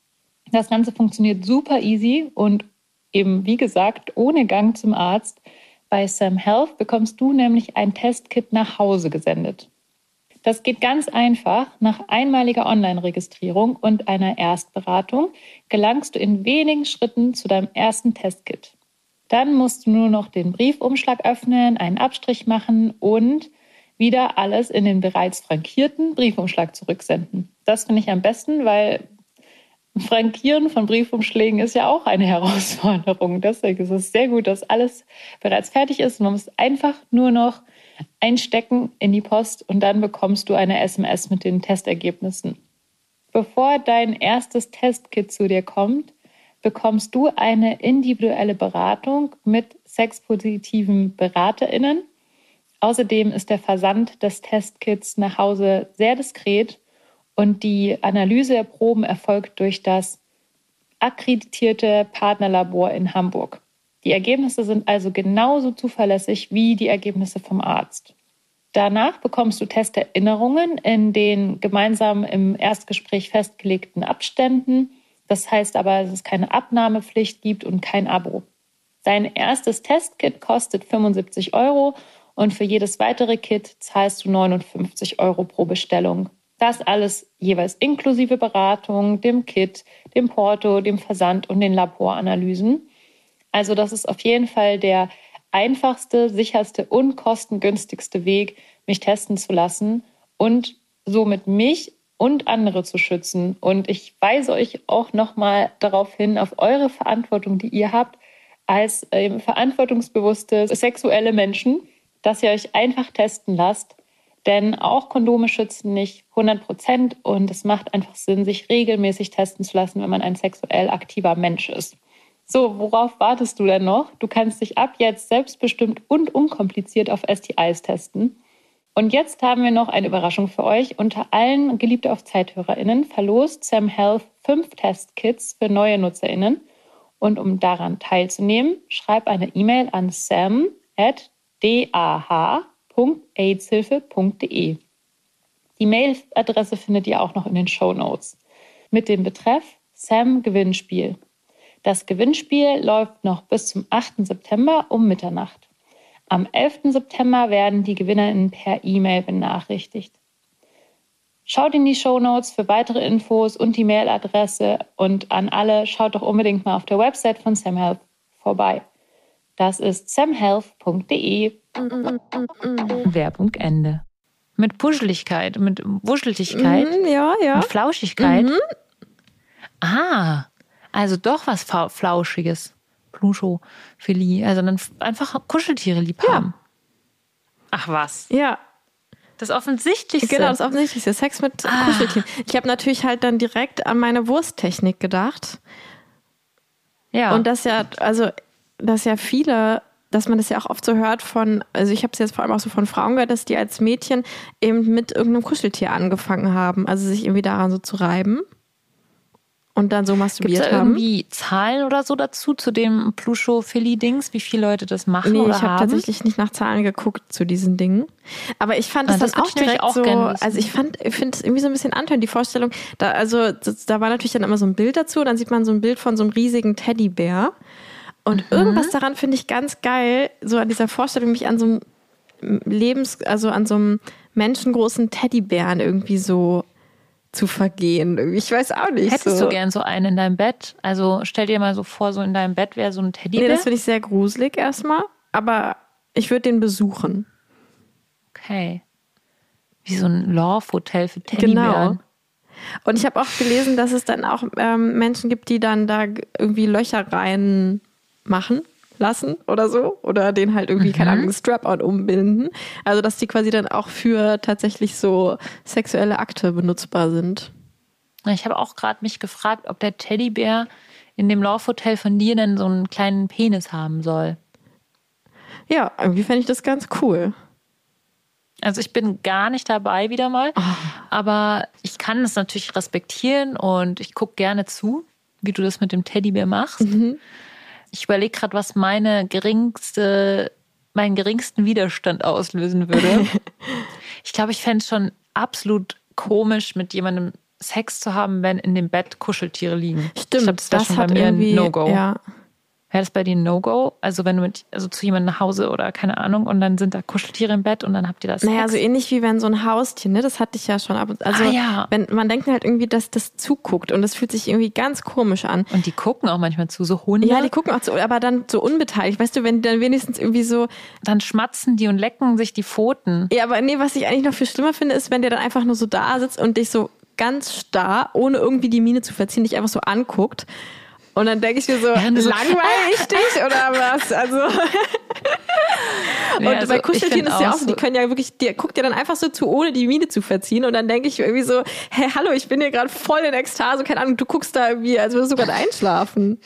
Das Ganze funktioniert super easy und eben, wie gesagt, ohne Gang zum Arzt. Bei Sam Health bekommst du nämlich ein Testkit nach Hause gesendet. Das geht ganz einfach. Nach einmaliger Online-Registrierung und einer Erstberatung gelangst du in wenigen Schritten zu deinem ersten Testkit. Dann musst du nur noch den Briefumschlag öffnen, einen Abstrich machen und wieder alles in den bereits frankierten Briefumschlag zurücksenden. Das finde ich am besten, weil Frankieren von Briefumschlägen ist ja auch eine Herausforderung. Deswegen ist es sehr gut, dass alles bereits fertig ist. Man muss einfach nur noch einstecken in die Post und dann bekommst du eine S M S mit den Testergebnissen. Bevor dein erstes Testkit zu dir kommt, bekommst du eine individuelle Beratung mit sexpositiven BeraterInnen. Außerdem ist der Versand des Testkits nach Hause sehr diskret und die Analyse der Proben erfolgt durch das akkreditierte Partnerlabor in Hamburg. Die Ergebnisse sind also genauso zuverlässig wie die Ergebnisse vom Arzt. Danach bekommst du Testerinnerungen in den gemeinsam im Erstgespräch festgelegten Abständen. Das heißt aber, dass es keine Abnahmepflicht gibt und kein Abo. Dein erstes Testkit kostet fünfundsiebzig Euro und für jedes weitere Kit zahlst du neunundfünfzig Euro pro Bestellung. Das alles jeweils inklusive Beratung, dem Kit, dem Porto, dem Versand und den Laboranalysen. Also das ist auf jeden Fall der einfachste, sicherste und kostengünstigste Weg, mich testen zu lassen und somit mich und andere zu schützen. Und ich weise euch auch nochmal darauf hin, auf eure Verantwortung, die ihr habt, als ähm, verantwortungsbewusste sexuelle Menschen, dass ihr euch einfach testen lasst. Denn auch Kondome schützen nicht hundert Prozent und es macht einfach Sinn, sich regelmäßig testen zu lassen, wenn man ein sexuell aktiver Mensch ist. So, worauf wartest du denn noch? Du kannst dich ab jetzt selbstbestimmt und unkompliziert auf S T Is testen. Und jetzt haben wir noch eine Überraschung für euch. Unter allen Geliebte auf ZeithörerInnen verlost Sam Health fünf Testkits für neue NutzerInnen. Und um daran teilzunehmen, schreib eine E-Mail an sam at dah punkt aidshilfe punkt de. Die Mailadresse findet ihr auch noch in den Shownotes. Mit dem Betreff Sam Gewinnspiel. Das Gewinnspiel läuft noch bis zum achten September um Mitternacht. Am elften September werden die GewinnerInnen per E-Mail benachrichtigt. Schaut in die Shownotes für weitere Infos und die Mailadresse und an alle, schaut doch unbedingt mal auf der Website von Sam Health vorbei. Das ist sam health punkt de. Werbung Ende. Mit Puscheligkeit, mit Wuscheligkeit, Mhm, ja, ja. mit Flauschigkeit. Mhm. Ah, Also doch was Fa- Flauschiges. Pluschophilie. Also dann f- einfach Kuscheltiere lieb haben. Ja. Ach was. Ja, Das Offensichtlichste. genau, das Offensichtlichste. Sex mit Ah. Kuscheltieren. Ich habe natürlich halt dann direkt an meine Wursttechnik gedacht. Ja. Und das ja, also, dass ja viele, dass man das ja auch oft so hört von, also ich habe es jetzt vor allem auch so von Frauen gehört, dass die als Mädchen eben mit irgendeinem Kuscheltier angefangen haben. Also sich irgendwie daran so zu reiben. Und dann so Gibt masturbiert es da haben. irgendwie Zahlen oder so dazu, zu dem Pluschophilie-Dings, wie viele Leute das machen Nee, oder ich habe haben? tatsächlich nicht nach Zahlen geguckt zu diesen Dingen. Aber ich fand Ah, es das dann würd auch ich nämlich direkt auch so, gerne wissen. also ich fand, ich finde es irgendwie so ein bisschen antörend, die Vorstellung, da, also das, da war natürlich dann immer so ein Bild dazu, dann sieht man so ein Bild von so einem riesigen Teddybär. Und Mhm. irgendwas daran finde ich ganz geil, so an dieser Vorstellung, mich an so einem Lebens, also an so einem menschengroßen Teddybären irgendwie so zu vergehen. Irgendwie. Ich weiß auch nicht. Hättest so. du gern so einen in deinem Bett? Also stell dir mal so vor, so in deinem Bett wäre so ein Nee, Teddybär. das finde ich sehr gruselig erstmal, aber ich würde den besuchen. Okay. Wie so ein Love-Hotel für Teddybären. Genau. Und ich habe auch gelesen, dass es dann auch ähm, Menschen gibt, die dann da irgendwie Löcher rein machen lassen oder so. Oder den halt irgendwie, keine Ahnung, Strap-on umbinden. Also, dass die quasi dann auch für tatsächlich so sexuelle Akte benutzbar sind. Ich habe auch gerade mich gefragt, ob der Teddybär in dem Love-Hotel von dir denn so einen kleinen Penis haben soll. Ja, irgendwie fände ich das ganz cool. Also ich bin gar nicht dabei wieder mal, aber ich kann es natürlich respektieren und ich gucke gerne zu, wie du das mit dem Teddybär machst. Mhm. Ich überlege gerade, was meine geringste, meinen geringsten Widerstand auslösen würde. Ich glaube, ich fände es schon absolut komisch, mit jemandem Sex zu haben, wenn in dem Bett Kuscheltiere liegen. Stimmt, ich glaube, das wäre schon bei hat mir ein irgendwie, No-Go. Ja. Wäre das bei dir ein No-Go? Also wenn du mit, also zu jemandem nach Hause oder keine Ahnung und dann sind da Kuscheltiere im Bett und dann habt ihr das Naja, Sex? so ähnlich wie wenn so ein Haustier, ne, das hatte ich ja schon ab und also Ah, ja. wenn man denkt halt irgendwie, dass das zuguckt und das fühlt sich irgendwie ganz komisch an. Und die gucken auch manchmal zu, so Hunde. Ja, die gucken auch so, aber dann so unbeteiligt, weißt du, wenn die dann wenigstens irgendwie so, Dann schmatzen die und lecken sich die Pfoten. ja, aber nee, was ich eigentlich noch viel schlimmer finde, ist, wenn der dann einfach nur so da sitzt und dich so ganz starr, ohne irgendwie die Miene zu verziehen, dich einfach so anguckt. Und dann denke ich mir so, Ja, so- langweile ich dich oder was? Also Nee, und also bei ich Kuscheltieren find ist ja auch so, so- die können ja wirklich, der guckt ja dann einfach so zu, ohne die Miene zu verziehen. Und dann denke ich irgendwie so, hey, hallo, ich bin hier gerade voll in Ekstase, keine Ahnung, du guckst da irgendwie, als würdest du gerade einschlafen.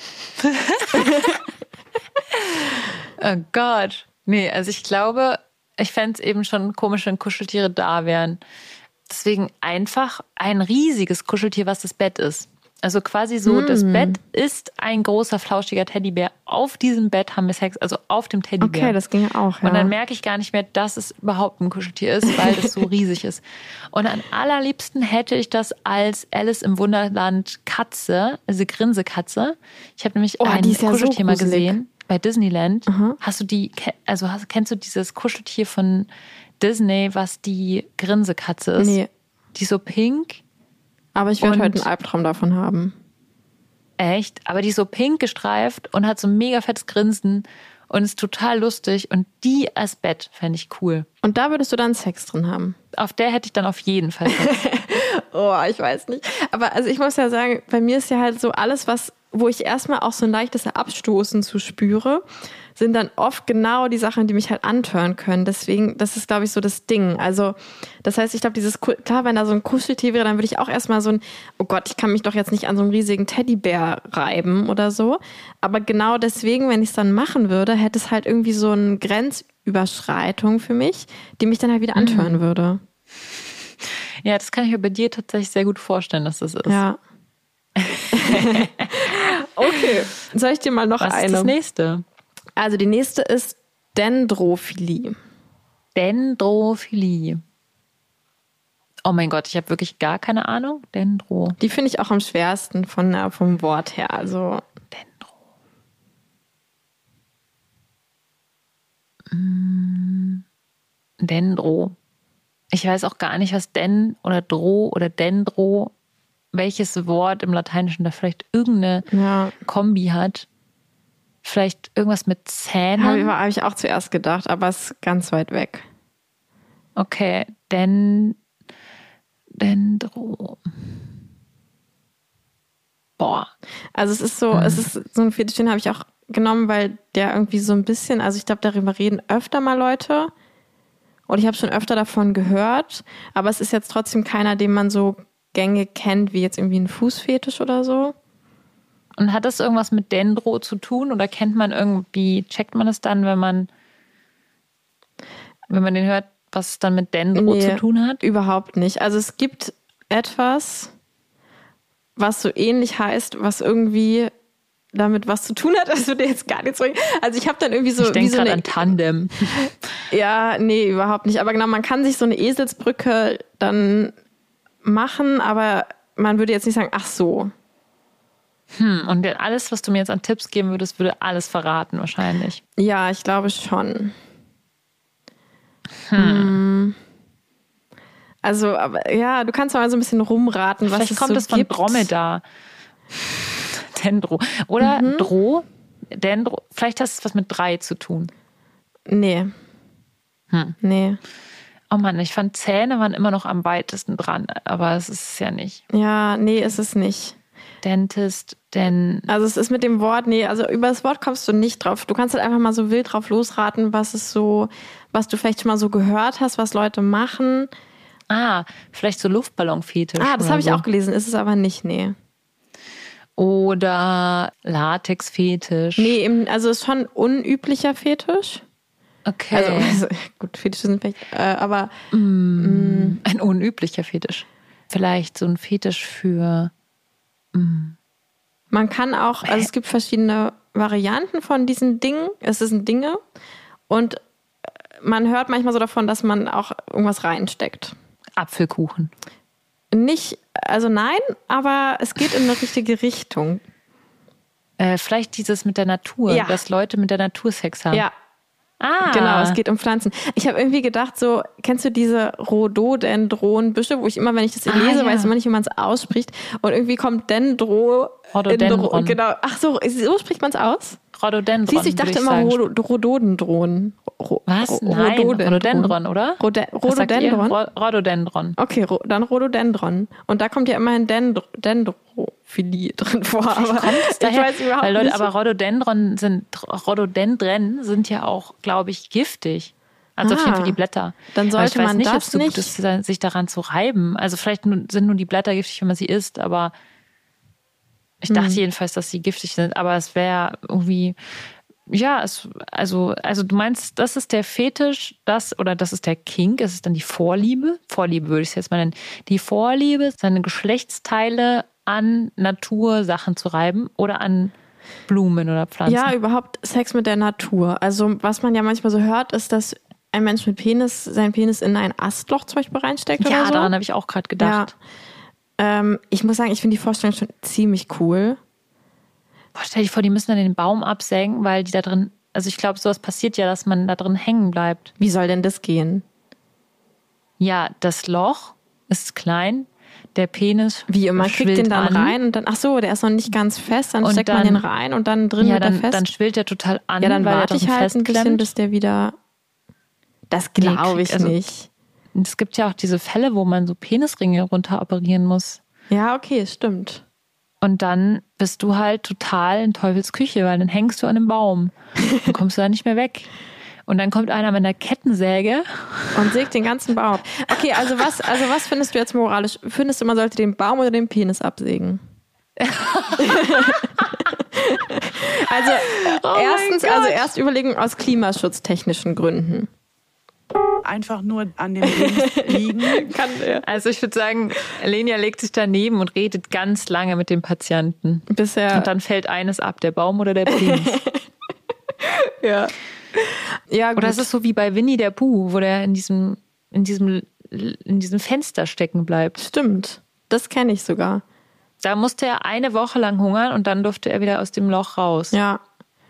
Oh Gott. Nee, also ich glaube, ich fände es eben schon komisch, wenn Kuscheltiere da wären. Deswegen einfach ein riesiges Kuscheltier, was das Bett ist. Also quasi so, das Bett ist ein großer, flauschiger Teddybär. Auf diesem Bett haben wir Sex, also auf dem Teddybär. Okay, das ginge auch, ja. Und dann merke ich gar nicht mehr, dass es überhaupt ein Kuscheltier ist, weil das so riesig ist. Und am allerliebsten hätte ich das als Alice im Wunderland Katze, also Grinsekatze. Ich habe nämlich Oh, ein die ist ja so Kuscheltier mal gruselig. gesehen bei Disneyland. Hast du die, also hast, kennst du dieses Kuscheltier von Disney, was die Grinsekatze ist? Nee. Die ist so pink. Aber ich werde Und- heute einen Albtraum davon haben. Echt, aber die ist so pink gestreift und hat so ein mega fettes Grinsen und ist total lustig. Und die als Bett fände ich cool. Und da würdest du dann Sex drin haben. Auf der hätte ich dann auf jeden Fall Sex. Oh, ich weiß nicht. Aber also ich muss ja sagen, bei mir ist ja halt so alles, was, wo ich erstmal auch so ein leichtes Abstoßen zu spüre, sind dann oft genau die Sachen, die mich halt antören können. Deswegen, das ist, glaube ich, so das Ding. Also, das heißt, ich glaube, dieses, Ku- klar, wenn da so ein Kuscheltier wäre, dann würde ich auch erstmal so ein, oh Gott, ich kann mich doch jetzt nicht an so einem riesigen Teddybär reiben oder so. Aber genau deswegen, wenn ich es dann machen würde, hätte es halt irgendwie so eine Grenzüberschreitung für mich, die mich dann halt wieder antören würde. Ja, das kann ich mir bei dir tatsächlich sehr gut vorstellen, dass das ist. Ja. Okay, soll ich dir mal noch Was ist eine? das nächste? Also die nächste ist Dendrophilie. Dendrophilie. Oh mein Gott, ich habe wirklich gar keine Ahnung. Dendro. Die finde ich auch am schwersten von, äh, vom Wort her. Also Dendro. Mm, Dendro. Ich weiß auch gar nicht, was Den oder Dro oder Dendro, welches Wort im Lateinischen da vielleicht irgendeine ja, Kombi hat. Vielleicht irgendwas mit Zähnen. habe hab ich auch zuerst gedacht, aber es ist ganz weit weg. Okay, Den, Dendro. Boah. Also es ist so, mhm. es ist so ein Fetisch, den habe ich auch genommen, weil der irgendwie so ein bisschen, also ich glaube, darüber reden öfter mal Leute und ich habe schon öfter davon gehört, aber es ist jetzt trotzdem keiner, den man so gängig kennt, wie jetzt irgendwie ein Fußfetisch oder so. Und hat das irgendwas mit Dendro zu tun oder kennt man irgendwie, checkt man es dann, wenn man wenn man den hört, was es dann mit Dendro nee, zu tun hat? Überhaupt nicht. Also es gibt etwas, was so ähnlich heißt, was irgendwie damit was zu tun hat, das würde jetzt gar nichts bringen. Also ich habe dann irgendwie so... Ich denke so gerade an Tandem. Ja, nee, überhaupt nicht. Aber genau, man kann sich so eine Eselsbrücke dann machen, aber man würde jetzt nicht sagen, ach so. Hm, und alles, was du mir jetzt an Tipps geben würdest, würde alles verraten wahrscheinlich. Ja, ich glaube schon. Hm. Also, aber ja, du kannst mal so ein bisschen rumraten, was Vielleicht es kommt so es von gibt. Dromedar. Dendro. Oder Mhm. Dro. Dendro. Vielleicht hat es was mit drei zu tun. Nee. Hm. Nee. Oh Mann, ich fand Zähne waren immer noch am weitesten dran, aber es ist es ja nicht. Ja, nee, ist es nicht. Dentist, denn... Also es ist mit dem Wort, nee, also über das Wort kommst du nicht drauf. Du kannst halt einfach mal so wild drauf losraten, was es so, was du vielleicht schon mal so gehört hast, was Leute machen. Ah, vielleicht so Luftballonfetisch. Ah, das habe ich so. auch gelesen, ist es aber nicht, nee. Oder Latexfetisch. Nee, eben, also ist schon ein unüblicher Fetisch. Okay. Also, also gut, Fetische sind vielleicht, äh, aber... Mm, mm. Ein unüblicher Fetisch. Vielleicht so ein Fetisch für... Mm. Man kann auch, also es gibt verschiedene Varianten von diesen Dingen. Es sind Dinge und man hört manchmal so davon, dass man auch irgendwas reinsteckt. Apfelkuchen. Nicht, also nein, aber es geht in eine richtige Richtung. Äh, vielleicht dieses mit der Natur, Ja. dass Leute mit der Natur Sex haben. Ja, Ah. genau, es geht um Pflanzen. Ich habe irgendwie gedacht, so, kennst du diese Rhododendron-Büsche, wo ich immer, wenn ich das Ah, lese, ja. weiß immer nicht, wie man es ausspricht. Und irgendwie kommt Dendro... Rhododendron. in- Genau, ach so, so spricht man es aus? Rhododendron. Siehst du, ich dachte würde immer sagen. Rhodo- Rhododendron. Ro- Was? Ro- Nein, Rhododendron, oder? Rhode- Was sagt ihr? Rhododendron? Ro- Rhododendron. Okay, ro- dann Rhododendron. Und da kommt ja immerhin Dendro- Dendrophilie drin vor. Aber Kommt es ich daher? weiß überhaupt Weil Leute, nicht. aber Rhododendron sind, Rhododendren sind ja auch, glaube ich, giftig. Also auf Ah, jeden Fall die Blätter. dann Aber ich sollte weiß man nicht, ob das es so gut nicht- ist, sich daran zu reiben. Also vielleicht nur- sind nur die Blätter giftig, wenn man sie isst, aber ich dachte Hm. jedenfalls, dass sie giftig sind. Aber es wäre irgendwie, ja, es, also, also du meinst, das ist der Fetisch, das oder das ist der Kink, es ist dann die Vorliebe. Vorliebe würde ich es jetzt mal nennen. Die Vorliebe, seine Geschlechtsteile an Natursachen zu reiben oder an Blumen oder Pflanzen. Ja, überhaupt Sex mit der Natur. Also was man ja manchmal so hört, ist, dass ein Mensch mit Penis seinen Penis in ein Astloch zum Beispiel reinsteckt ja oder so. daran habe ich auch gerade gedacht. Ja. Ähm, ich muss sagen, ich finde die Vorstellung schon ziemlich cool. Boah, stell dir vor, die müssen dann den Baum absägen, weil die da drin, also ich glaube, sowas passiert ja, dass man da drin hängen bleibt. Wie soll denn das gehen? Ja, das Loch ist klein, der Penis Wie, und man kriegt schwillt den dann an. rein und dann, ach so, der ist noch nicht ganz fest, dann Und steckt man dann- den rein und dann drin Ja, wird er dann, fest. dann schwillt der total an, ja, dann weil er warte drin ich halt ein bisschen, festklemmt. bis der wieder... Das Nee, glaube ich krieg- also- nicht. Es gibt ja auch diese Fälle, wo man so Penisringe runter operieren muss. Ja, okay, stimmt. Und dann bist du halt total in Teufels Küche, weil dann hängst du an einem Baum. Dann kommst du da nicht mehr weg. Und dann kommt einer mit einer Kettensäge. Und sägt den ganzen Baum. Okay, also was, also was findest du jetzt moralisch? Findest du, man sollte den Baum oder den Penis absägen? Also Oh mein erstens, Gott. also erst überlegen aus klimaschutztechnischen Gründen. Einfach nur an dem Penis liegen. Kann, ja. Also ich würde sagen, Lenia legt sich daneben und redet ganz lange mit dem Patienten. Bisher. Und dann fällt eines ab, der Baum oder der Penis. Ja. Ja, gut. Oder es ist so wie bei Winnie der Pooh, wo der in diesem, in diesem, in diesem Fenster stecken bleibt. Stimmt. Das kenne ich sogar. Da musste er eine Woche lang hungern und dann durfte er wieder aus dem Loch raus. Ja.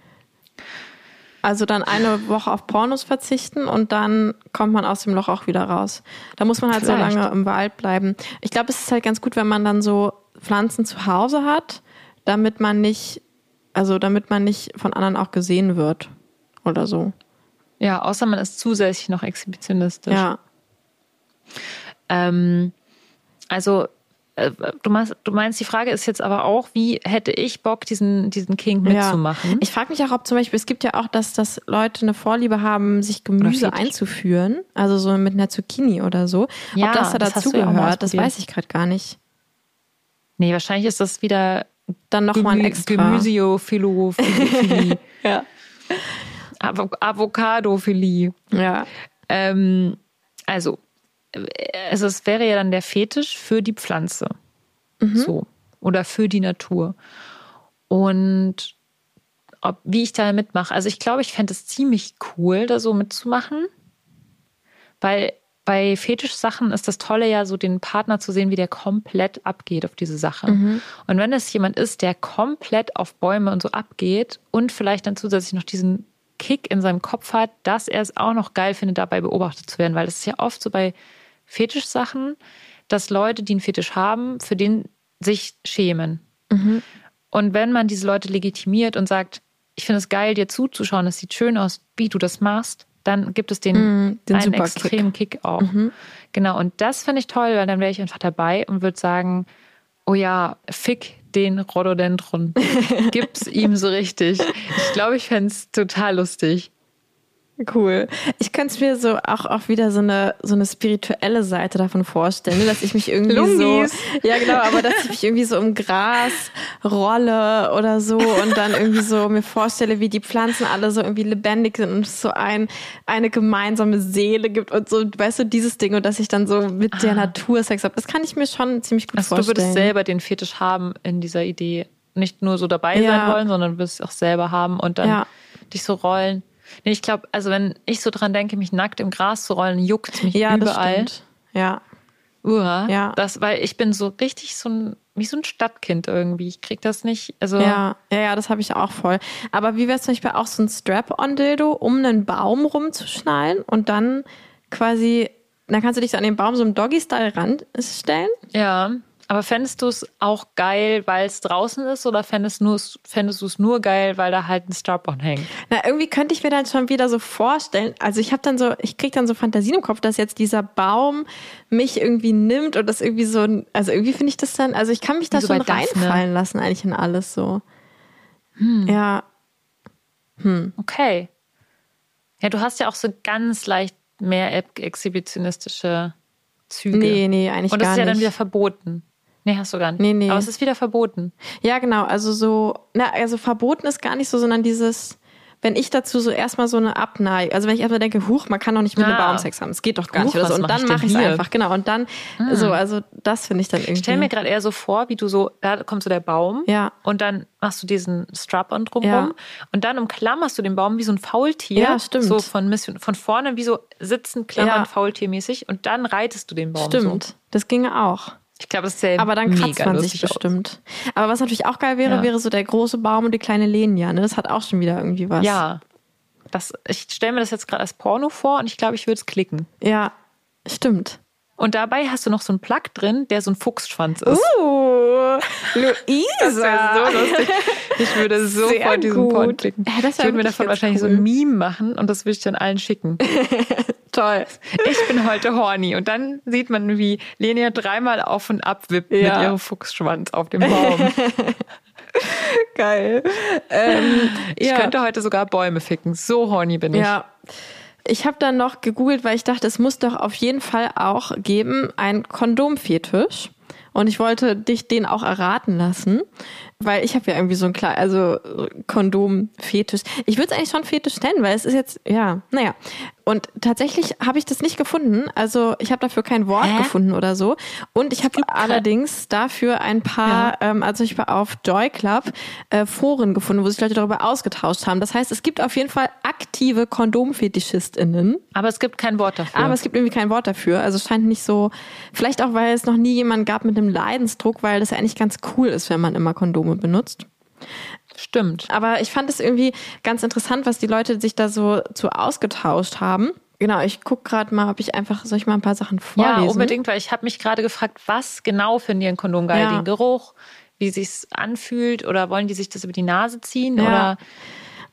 Also dann eine Woche auf Pornos verzichten und dann kommt man aus dem Loch auch wieder raus. Da muss man halt Vielleicht. so lange im Wald bleiben. Ich glaube, es ist halt ganz gut, wenn man dann so Pflanzen zu Hause hat, damit man nicht, also damit man nicht von anderen auch gesehen wird oder so. Ja, außer man ist zusätzlich noch exhibitionistisch. Ja. Ähm, also du meinst, du meinst, die Frage ist jetzt aber auch, wie hätte ich Bock, diesen, diesen Kink mitzumachen? Ja. Ich frage mich auch, ob zum Beispiel, es gibt ja auch, dass, dass Leute eine Vorliebe haben, sich Gemüse einzuführen, also so mit einer Zucchini oder so. Ja, ob das da das dazugehört, das weiß ich gerade gar nicht. Nee, wahrscheinlich ist das wieder dann nochmal ein extra. Gemüseophilie. Ja. Avocadophilie. Ja. Ähm, also, also es wäre ja dann der Fetisch für die Pflanze. Mhm. So. Oder für die Natur. Und ob, wie ich da mitmache. Also ich glaube, ich fände es ziemlich cool, da so mitzumachen. Weil bei Fetischsachen ist das Tolle ja so, den Partner zu sehen, wie der komplett abgeht auf diese Sache. Mhm. Und wenn es jemand ist, der komplett auf Bäume und so abgeht und vielleicht dann zusätzlich noch diesen Kick in seinem Kopf hat, dass er es auch noch geil findet, dabei beobachtet zu werden. Weil das ist ja oft so bei Fetischsachen, dass Leute, die einen Fetisch haben, für den sich schämen. Mhm. Und wenn man diese Leute legitimiert und sagt, ich finde es geil, dir zuzuschauen, es sieht schön aus, wie du das machst, dann gibt es den, mm, den einen extremen Kick, Kick auch. Mhm. Genau, und das finde ich toll, weil dann wäre ich einfach dabei und würde sagen, oh ja, fick den Rhododendron. Gib's ihm so richtig. Ich glaube, ich fände es total lustig. Cool. Ich könnte es mir so auch, auch wieder so eine, so eine spirituelle Seite davon vorstellen, dass ich mich irgendwie Lungis. so, ja genau, aber dass ich mich irgendwie so im Gras rolle oder so und dann irgendwie so mir vorstelle, wie die Pflanzen alle so irgendwie lebendig sind und es so ein, eine gemeinsame Seele gibt und so, weißt du, dieses Ding und dass ich dann so mit ah. der Natur Sex habe. Das kann ich mir schon ziemlich gut also vorstellen. Du würdest selber den Fetisch haben in dieser Idee. Nicht nur so dabei ja. sein wollen, sondern du wirst es auch selber haben und dann ja. dich so rollen. Nee, ich glaube, also wenn ich so dran denke, mich nackt im Gras zu rollen, juckt mich ja, überall. Das stimmt. Ja. Uha, ja. Das, weil ich bin so richtig so ein, wie so ein Stadtkind irgendwie. Ich krieg das nicht. Also ja, ja, ja, das habe ich auch voll. Aber wie wäre es zum Beispiel auch so ein Strap-on-Dildo, um einen Baum rumzuschnallen und dann quasi, dann kannst du dich so an den Baum so im Doggy-Style ranstellen? Ja. Aber fändest du es auch geil, weil es draußen ist, oder fändest du es nur geil, weil da halt ein Strap-on hängt? Na, irgendwie könnte ich mir dann schon wieder so vorstellen, also ich habe dann so, ich kriege dann so Fantasien im Kopf, dass jetzt dieser Baum mich irgendwie nimmt und das irgendwie so, also irgendwie finde ich das dann, also ich kann mich da so schon reinfallen lassen eigentlich in alles so. Hm. Ja. Hm. Okay. Ja, du hast ja auch so ganz leicht mehr exhibitionistische Züge. Nee, nee, eigentlich gar nicht. Und das ist ja dann wieder verboten. Nee, hast du gar nicht. Nee, nee. Aber es ist wieder verboten. Ja, genau. Also so, na, also verboten ist gar nicht so, sondern dieses, wenn ich dazu so erstmal so eine Abneigung, also wenn ich erstmal denke, huch, man kann doch nicht mit ah. einem Baumsex haben, es geht doch gar huch, nicht. Oder so. Und mach dann mache ich es einfach, genau. Und dann, ah. so, also das finde ich dann irgendwie. Ich stell mir gerade eher so vor, wie du so, da kommt so der Baum ja. und dann machst du diesen Strap-on drumherum ja. und dann umklammerst du den Baum wie so ein Faultier. Ja, stimmt. So von, Mission, von vorne wie so sitzend, klammern, ja. Faultiermäßig und dann reitest du den Baum. Stimmt, so. Das ginge auch. Ich glaube, das sähe aber dann kratzt man sich bestimmt. Aus. Aber was natürlich auch geil wäre, ja. wäre so der große Baum und die kleine Lenia. Ne? Das hat auch schon wieder irgendwie was. Ja. Das, ich stelle mir das jetzt gerade als Porno vor und ich glaube, ich würde es klicken. Ja, stimmt. Und dabei hast du noch so einen Plug drin, der so ein Fuchsschwanz ist. Uh, Luisa. Das wäre so lustig. Ich würde sofort diesen Porn klicken. Ja, ich würde mir davon wahrscheinlich cool. so ein Meme machen und das würde ich dann allen schicken. Toll. Ich bin heute horny. Und dann sieht man, wie Lenia dreimal auf und ab wippt ja. mit ihrem Fuchsschwanz auf dem Baum. Geil. Ähm, ich ja. könnte heute sogar Bäume ficken. So horny bin ich. Ja. Ich habe dann noch gegoogelt, weil ich dachte, es muss doch auf jeden Fall auch geben, ein Kondomfetisch. Und ich wollte dich den auch erraten lassen, weil ich habe ja irgendwie so ein klar, also Kondom-Fetisch. Ich würde es eigentlich schon Fetisch nennen, weil es ist jetzt, ja, naja. Und tatsächlich habe ich das nicht gefunden. Also ich habe dafür kein Wort Hä? gefunden oder so. Und ich habe allerdings dafür ein paar, ja. ähm, also ich war auf Joy Club, äh, Foren gefunden, wo sich Leute darüber ausgetauscht haben. Das heißt, es gibt auf jeden Fall aktive KondomfetischistInnen. Aber es gibt kein Wort dafür. Aber es gibt irgendwie kein Wort dafür. Also es scheint nicht so, vielleicht auch, weil es noch nie jemanden gab mit einem Leidensdruck, weil das ja eigentlich ganz cool ist, wenn man immer Kondome benutzt. Stimmt. Aber ich fand es irgendwie ganz interessant, was die Leute sich da so zu ausgetauscht haben. Genau, ich gucke gerade mal, ob ich einfach, soll ich mal ein paar Sachen vorlesen? Ja, unbedingt, weil ich habe mich gerade gefragt, was genau finden die ein Kondom geil? Ja. Den Geruch, wie sich's anfühlt oder wollen die sich das über die Nase ziehen? Ja. Oder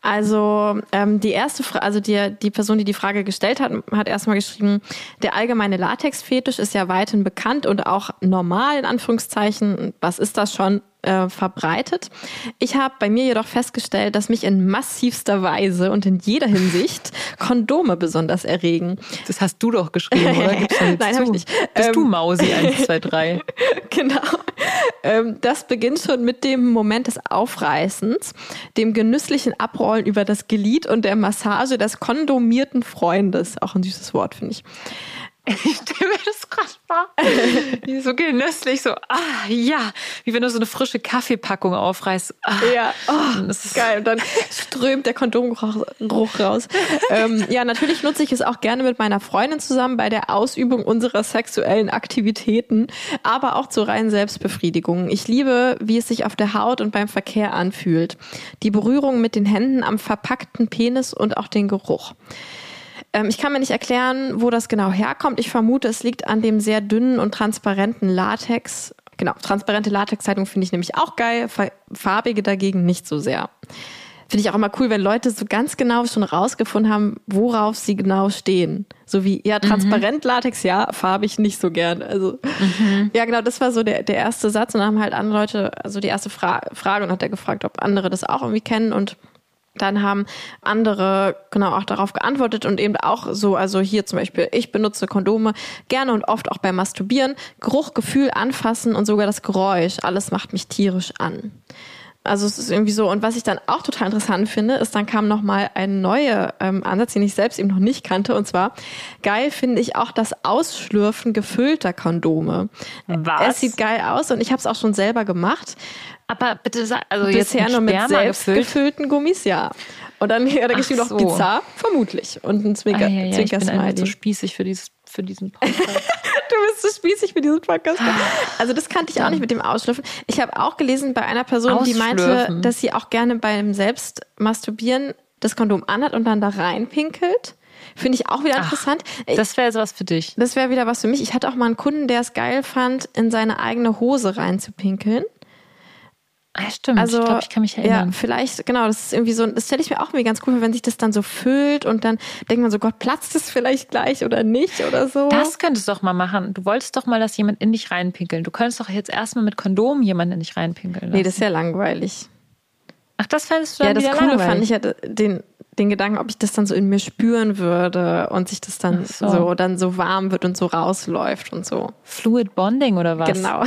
Also ähm, die erste Fra- also die, die Person, die die Frage gestellt hat, hat erstmal geschrieben, der allgemeine Latexfetisch ist ja weithin bekannt und auch normal, in Anführungszeichen. Was ist das schon? Äh, verbreitet. Ich habe bei mir jedoch festgestellt, dass mich in massivster Weise und in jeder Hinsicht Kondome besonders erregen. Das hast du doch geschrieben, oder? Gib's doch jetzt Nein, zu. habe ich nicht. Bist Ähm, du Mausi eins, zwei, drei? Genau. Ähm, das beginnt schon mit dem Moment des Aufreißens, dem genüsslichen Abrollen über das Glied und der Massage des kondomierten Freundes. Auch ein süßes Wort, finde ich. Ich stelle mir das gerade vor. So genüsslich, so, ah, ja. Wie wenn du so eine frische Kaffeepackung aufreißt. Ah, ja, oh, das ist geil. Und dann strömt der Kondomgeruch raus. ähm, ja, natürlich nutze ich es auch gerne mit meiner Freundin zusammen bei der Ausübung unserer sexuellen Aktivitäten, aber auch zur reinen Selbstbefriedigung. Ich liebe, wie es sich auf der Haut und beim Verkehr anfühlt. Die Berührung mit den Händen am verpackten Penis und auch den Geruch. Ich kann mir nicht erklären, wo das genau herkommt. Ich vermute, es liegt an dem sehr dünnen und transparenten Latex. Genau, transparente Latexkleidung finde ich nämlich auch geil, farbige dagegen nicht so sehr. Finde ich auch immer cool, wenn Leute so ganz genau schon rausgefunden haben, worauf sie genau stehen. So wie, ja, transparent mhm. Latex, ja, farbig nicht so gern. Also, mhm. ja, genau, das war so der, der erste Satz. Und dann haben halt andere Leute, also die erste Fra- Frage, und hat er gefragt, ob andere das auch irgendwie kennen. Und dann haben andere genau auch darauf geantwortet und eben auch so, also hier zum Beispiel, ich benutze Kondome gerne und oft auch beim Masturbieren. Geruch, Gefühl, Anfassen und sogar das Geräusch, alles macht mich tierisch an. Also es ist irgendwie so, und was ich dann auch total interessant finde, ist, dann kam nochmal ein neuer ähm, Ansatz, den ich selbst eben noch nicht kannte, und zwar, geil finde ich auch das Ausschlürfen gefüllter Kondome. Was? Es sieht geil aus und ich habe es auch schon selber gemacht. Aber bitte sag, also bisher jetzt nur mit Sperma selbst gefüllt? gefüllten Gummis, ja. Und dann hat er geschrieben noch so. bizarr, vermutlich. Und ein Zwinker, ah, ja, ja, ich bin einfach Zwinker-Smiley. so spießig für, dieses, für diesen Podcast. Du bist so spießig für diesen Podcast. Also das kannte ich auch nicht mit dem Ausschlürfen. Ich habe auch gelesen bei einer Person, die meinte, dass sie auch gerne beim Selbstmasturbieren das Kondom anhat und dann da reinpinkelt. Finde ich auch wieder interessant. Ach, das wäre sowas für dich. Das wäre wieder was für mich. Ich hatte auch mal einen Kunden, der es geil fand, in seine eigene Hose reinzupinkeln. Ah, stimmt. Also, ich glaube, ich kann mich erinnern. Ja, vielleicht, genau, das ist irgendwie so, das stelle ich mir auch irgendwie ganz cool vor, wenn sich das dann so füllt und dann denkt man so, Gott, platzt das vielleicht gleich oder nicht oder so. Das könntest du doch mal machen. Du wolltest doch mal, dass jemand in dich reinpinkelt. Du könntest doch jetzt erstmal mit Kondom jemanden in dich reinpinkeln lassen. Nee, das ist ja langweilig. Ach, das fändest du dann Ja, das wieder Coole langweilig. fand ich ja den, den Gedanken, ob ich das dann so in mir spüren würde und sich das dann so. so dann so warm wird und so rausläuft und so. Fluid Bonding oder was? Genau.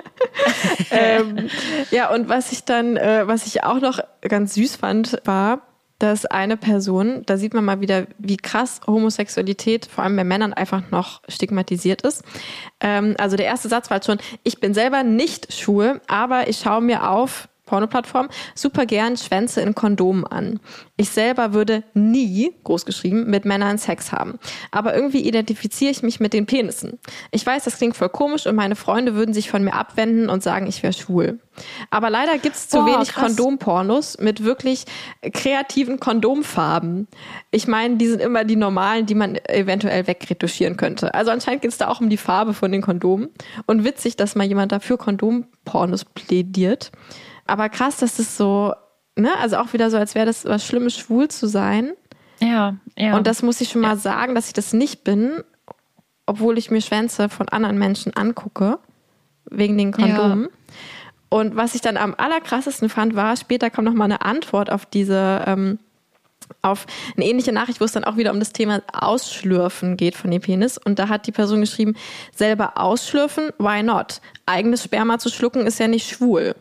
ähm, ja, und was ich dann, äh, was ich auch noch ganz süß fand, war, dass eine Person, da sieht man mal wieder, wie krass Homosexualität vor allem bei Männern einfach noch stigmatisiert ist. Ähm, also der erste Satz war halt schon, ich bin selber nicht schwul, aber ich schaue mir auf Pornoplattform super gern Schwänze in Kondomen an. Ich selber würde nie, großgeschrieben, mit Männern Sex haben. Aber irgendwie identifiziere ich mich mit den Penissen. Ich weiß, das klingt voll komisch und meine Freunde würden sich von mir abwenden und sagen, ich wäre schwul. Aber leider gibt es zu oh, wenig krass. Kondompornos mit wirklich kreativen Kondomfarben. Ich meine, die sind immer die normalen, die man eventuell wegretuschieren könnte. Also anscheinend geht es da auch um die Farbe von den Kondomen. Und witzig, dass mal jemand dafür Kondompornos plädiert. Aber krass, dass das so, ne, also auch wieder so, als wäre das was Schlimmes, schwul zu sein. Ja, ja. Und das muss ich schon mal ja. sagen, dass ich das nicht bin, obwohl ich mir Schwänze von anderen Menschen angucke, wegen den Kondomen. Ja. Und was ich dann am allerkrassesten fand, war, später kam noch mal eine Antwort auf diese, ähm, auf eine ähnliche Nachricht, wo es dann auch wieder um das Thema Ausschlürfen geht von dem Penis. Und da hat die Person geschrieben, selber ausschlürfen, why not? Eigenes Sperma zu schlucken ist ja nicht schwul.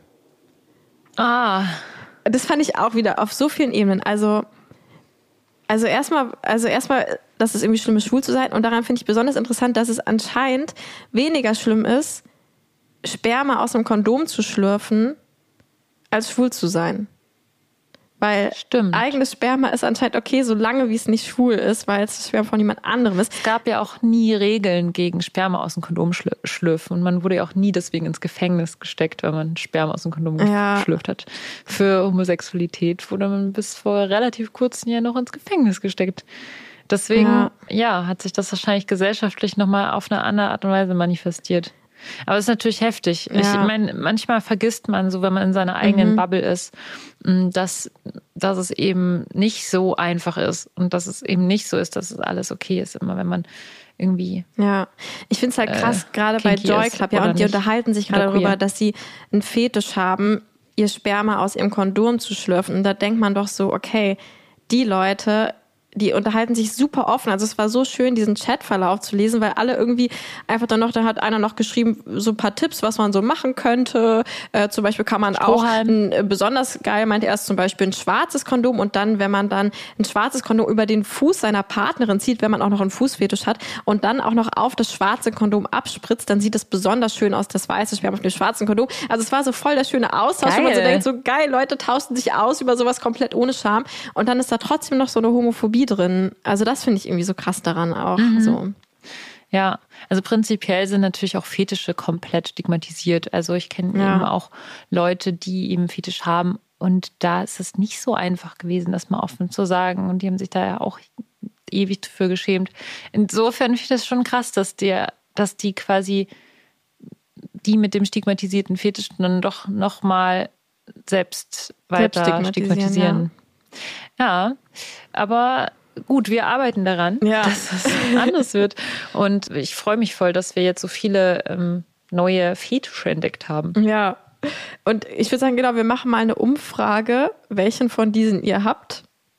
Ah. Das fand ich auch wieder auf so vielen Ebenen. Also, also erstmal, also erstmal, dass es irgendwie schlimm ist, schwul zu sein. Und daran finde ich besonders interessant, dass es anscheinend weniger schlimm ist, Sperma aus einem Kondom zu schlürfen, als schwul zu sein. Weil Stimmt. eigenes Sperma ist anscheinend okay, solange wie es nicht schwul ist, weil es das Sperma von jemand anderem ist. Es gab ja auch nie Regeln gegen Sperma aus dem Kondom schlürfen. Und man wurde ja auch nie deswegen ins Gefängnis gesteckt, wenn man Sperma aus dem Kondom ja. geschlürft hat. Für Homosexualität wurde man bis vor relativ kurzem Jahr noch ins Gefängnis gesteckt. Deswegen, ja, ja hat sich das wahrscheinlich gesellschaftlich nochmal auf eine andere Art und Weise manifestiert. Aber es ist natürlich heftig. Ja. Ich meine, manchmal vergisst man so, wenn man in seiner eigenen mhm. Bubble ist, dass dass es eben nicht so einfach ist und dass es eben nicht so ist, dass es alles okay ist, immer wenn man irgendwie. Ja, ich finde es halt krass, äh, gerade bei Joy Club, ja, und die nicht. Unterhalten sich gerade darüber, dass sie einen Fetisch haben, ihr Sperma aus ihrem Kondom zu schlürfen. Und da denkt man doch so, okay, die Leute, die unterhalten sich super offen. Also es war so schön, diesen Chatverlauf zu lesen, weil alle irgendwie einfach dann noch, da hat einer noch geschrieben, so ein paar Tipps, was man so machen könnte. Äh, zum Beispiel kann man auch, ein, besonders geil meinte er erst zum Beispiel ein schwarzes Kondom und dann, wenn man dann ein schwarzes Kondom über den Fuß seiner Partnerin zieht, wenn man auch noch einen Fußfetisch hat und dann auch noch auf das schwarze Kondom abspritzt, dann sieht es besonders schön aus, das weiße Sperma auf dem schwarzen Kondom. Also es war so voll der schöne Austausch, wo man so denkt, so geil, Leute tauschen sich aus über sowas komplett ohne Scham und dann ist da trotzdem noch so eine Homophobie drin. Also das finde ich irgendwie so krass daran auch. Mhm. So. Ja, also prinzipiell sind natürlich auch Fetische komplett stigmatisiert. Also ich kenne ja. eben auch Leute, die eben Fetisch haben und da ist es nicht so einfach gewesen, das mal offen zu sagen und die haben sich da ja auch ewig dafür geschämt. Insofern finde ich das schon krass, dass der, dass die quasi die mit dem stigmatisierten Fetisch dann doch nochmal selbst weiter selbst stigmatisieren. stigmatisieren. Ja. ja, aber gut, wir arbeiten daran, ja. dass es anders wird. Und ich freue mich voll, dass wir jetzt so viele ähm, neue Fetische entdeckt haben. Ja, und ich würde sagen, genau, wir machen mal eine Umfrage, welchen von diesen ihr habt.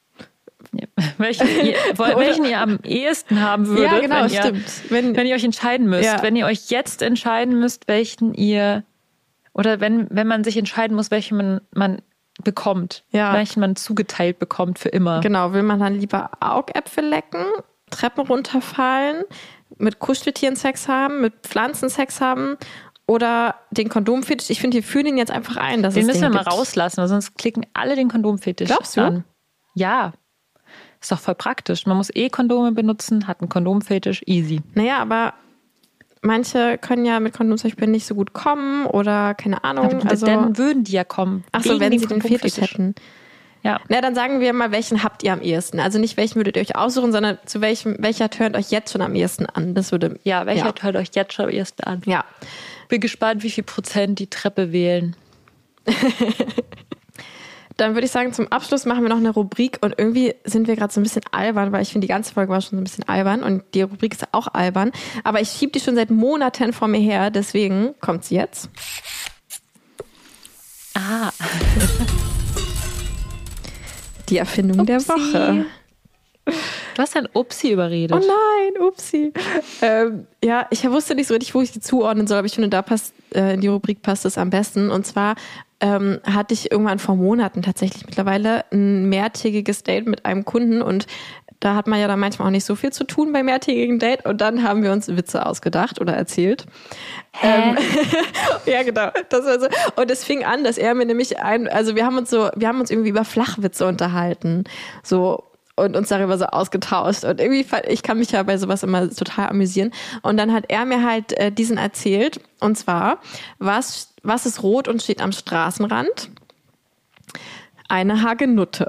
Ja. Welchen, ihr, welchen ihr am ehesten haben würdet, ja, genau, wenn, ihr, stimmt. Wenn, wenn ihr euch entscheiden müsst. Ja. Wenn ihr euch jetzt entscheiden müsst, welchen ihr, oder wenn, wenn man sich entscheiden muss, welchen man, man bekommt, ja. welchen man zugeteilt bekommt für immer. Genau, will man dann lieber Augäpfel lecken, Treppen runterfallen, mit Kuscheltieren Sex haben, mit Pflanzen Sex haben oder den Kondomfetisch? Ich finde, wir führen ihn jetzt einfach ein. Dass den es müssen den wir gibt. mal rauslassen, weil sonst klicken alle den Kondomfetisch Glaubst du? an. Ja, ist doch voll praktisch. Man muss eh Kondome benutzen, hat einen Kondomfetisch, easy. Naja, aber manche können ja mit Kondom zum Beispiel nicht so gut kommen oder keine Ahnung. Aber also, dann würden die ja kommen. Ach so, wenn sie den Fetisch hätten. Ja. Na, dann sagen wir mal, welchen habt ihr am ehesten? Also nicht, welchen würdet ihr euch aussuchen, sondern zu welchem, welcher hört euch jetzt schon am ehesten an? Das würde. Ja, welcher ja. hört euch jetzt schon am ehesten an? Ja. Bin gespannt, wie viel Prozent die Treppe wählen. Dann würde ich sagen, zum Abschluss machen wir noch eine Rubrik und irgendwie sind wir gerade so ein bisschen albern, weil ich finde, die ganze Folge war schon so ein bisschen albern und die Rubrik ist auch albern, aber ich schiebe die schon seit Monaten vor mir her, deswegen kommt sie jetzt. Ah. Die Erfindung Upsi. der Woche. Du hast ein Upsi überredet. Oh nein, Upsi. Ähm, ja, ich wusste nicht so richtig, wo ich die zuordnen soll, aber ich finde, da passt, äh, in die Rubrik passt es am besten. Und zwar ähm, hatte ich irgendwann vor Monaten tatsächlich mittlerweile ein mehrtägiges Date mit einem Kunden und da hat man ja dann manchmal auch nicht so viel zu tun beim mehrtägigen Date und dann haben wir uns Witze ausgedacht oder erzählt. Hä? Ähm, ja, genau. Das war so. Und es fing an, dass er mir nämlich ein, also wir haben uns so, wir haben uns irgendwie über Flachwitze unterhalten. So. Und uns darüber so ausgetauscht. Und irgendwie, ich kann mich ja bei sowas immer total amüsieren. Und dann hat er mir halt äh, diesen erzählt. Und zwar, was, was ist rot und steht am Straßenrand? Eine Hagenutte.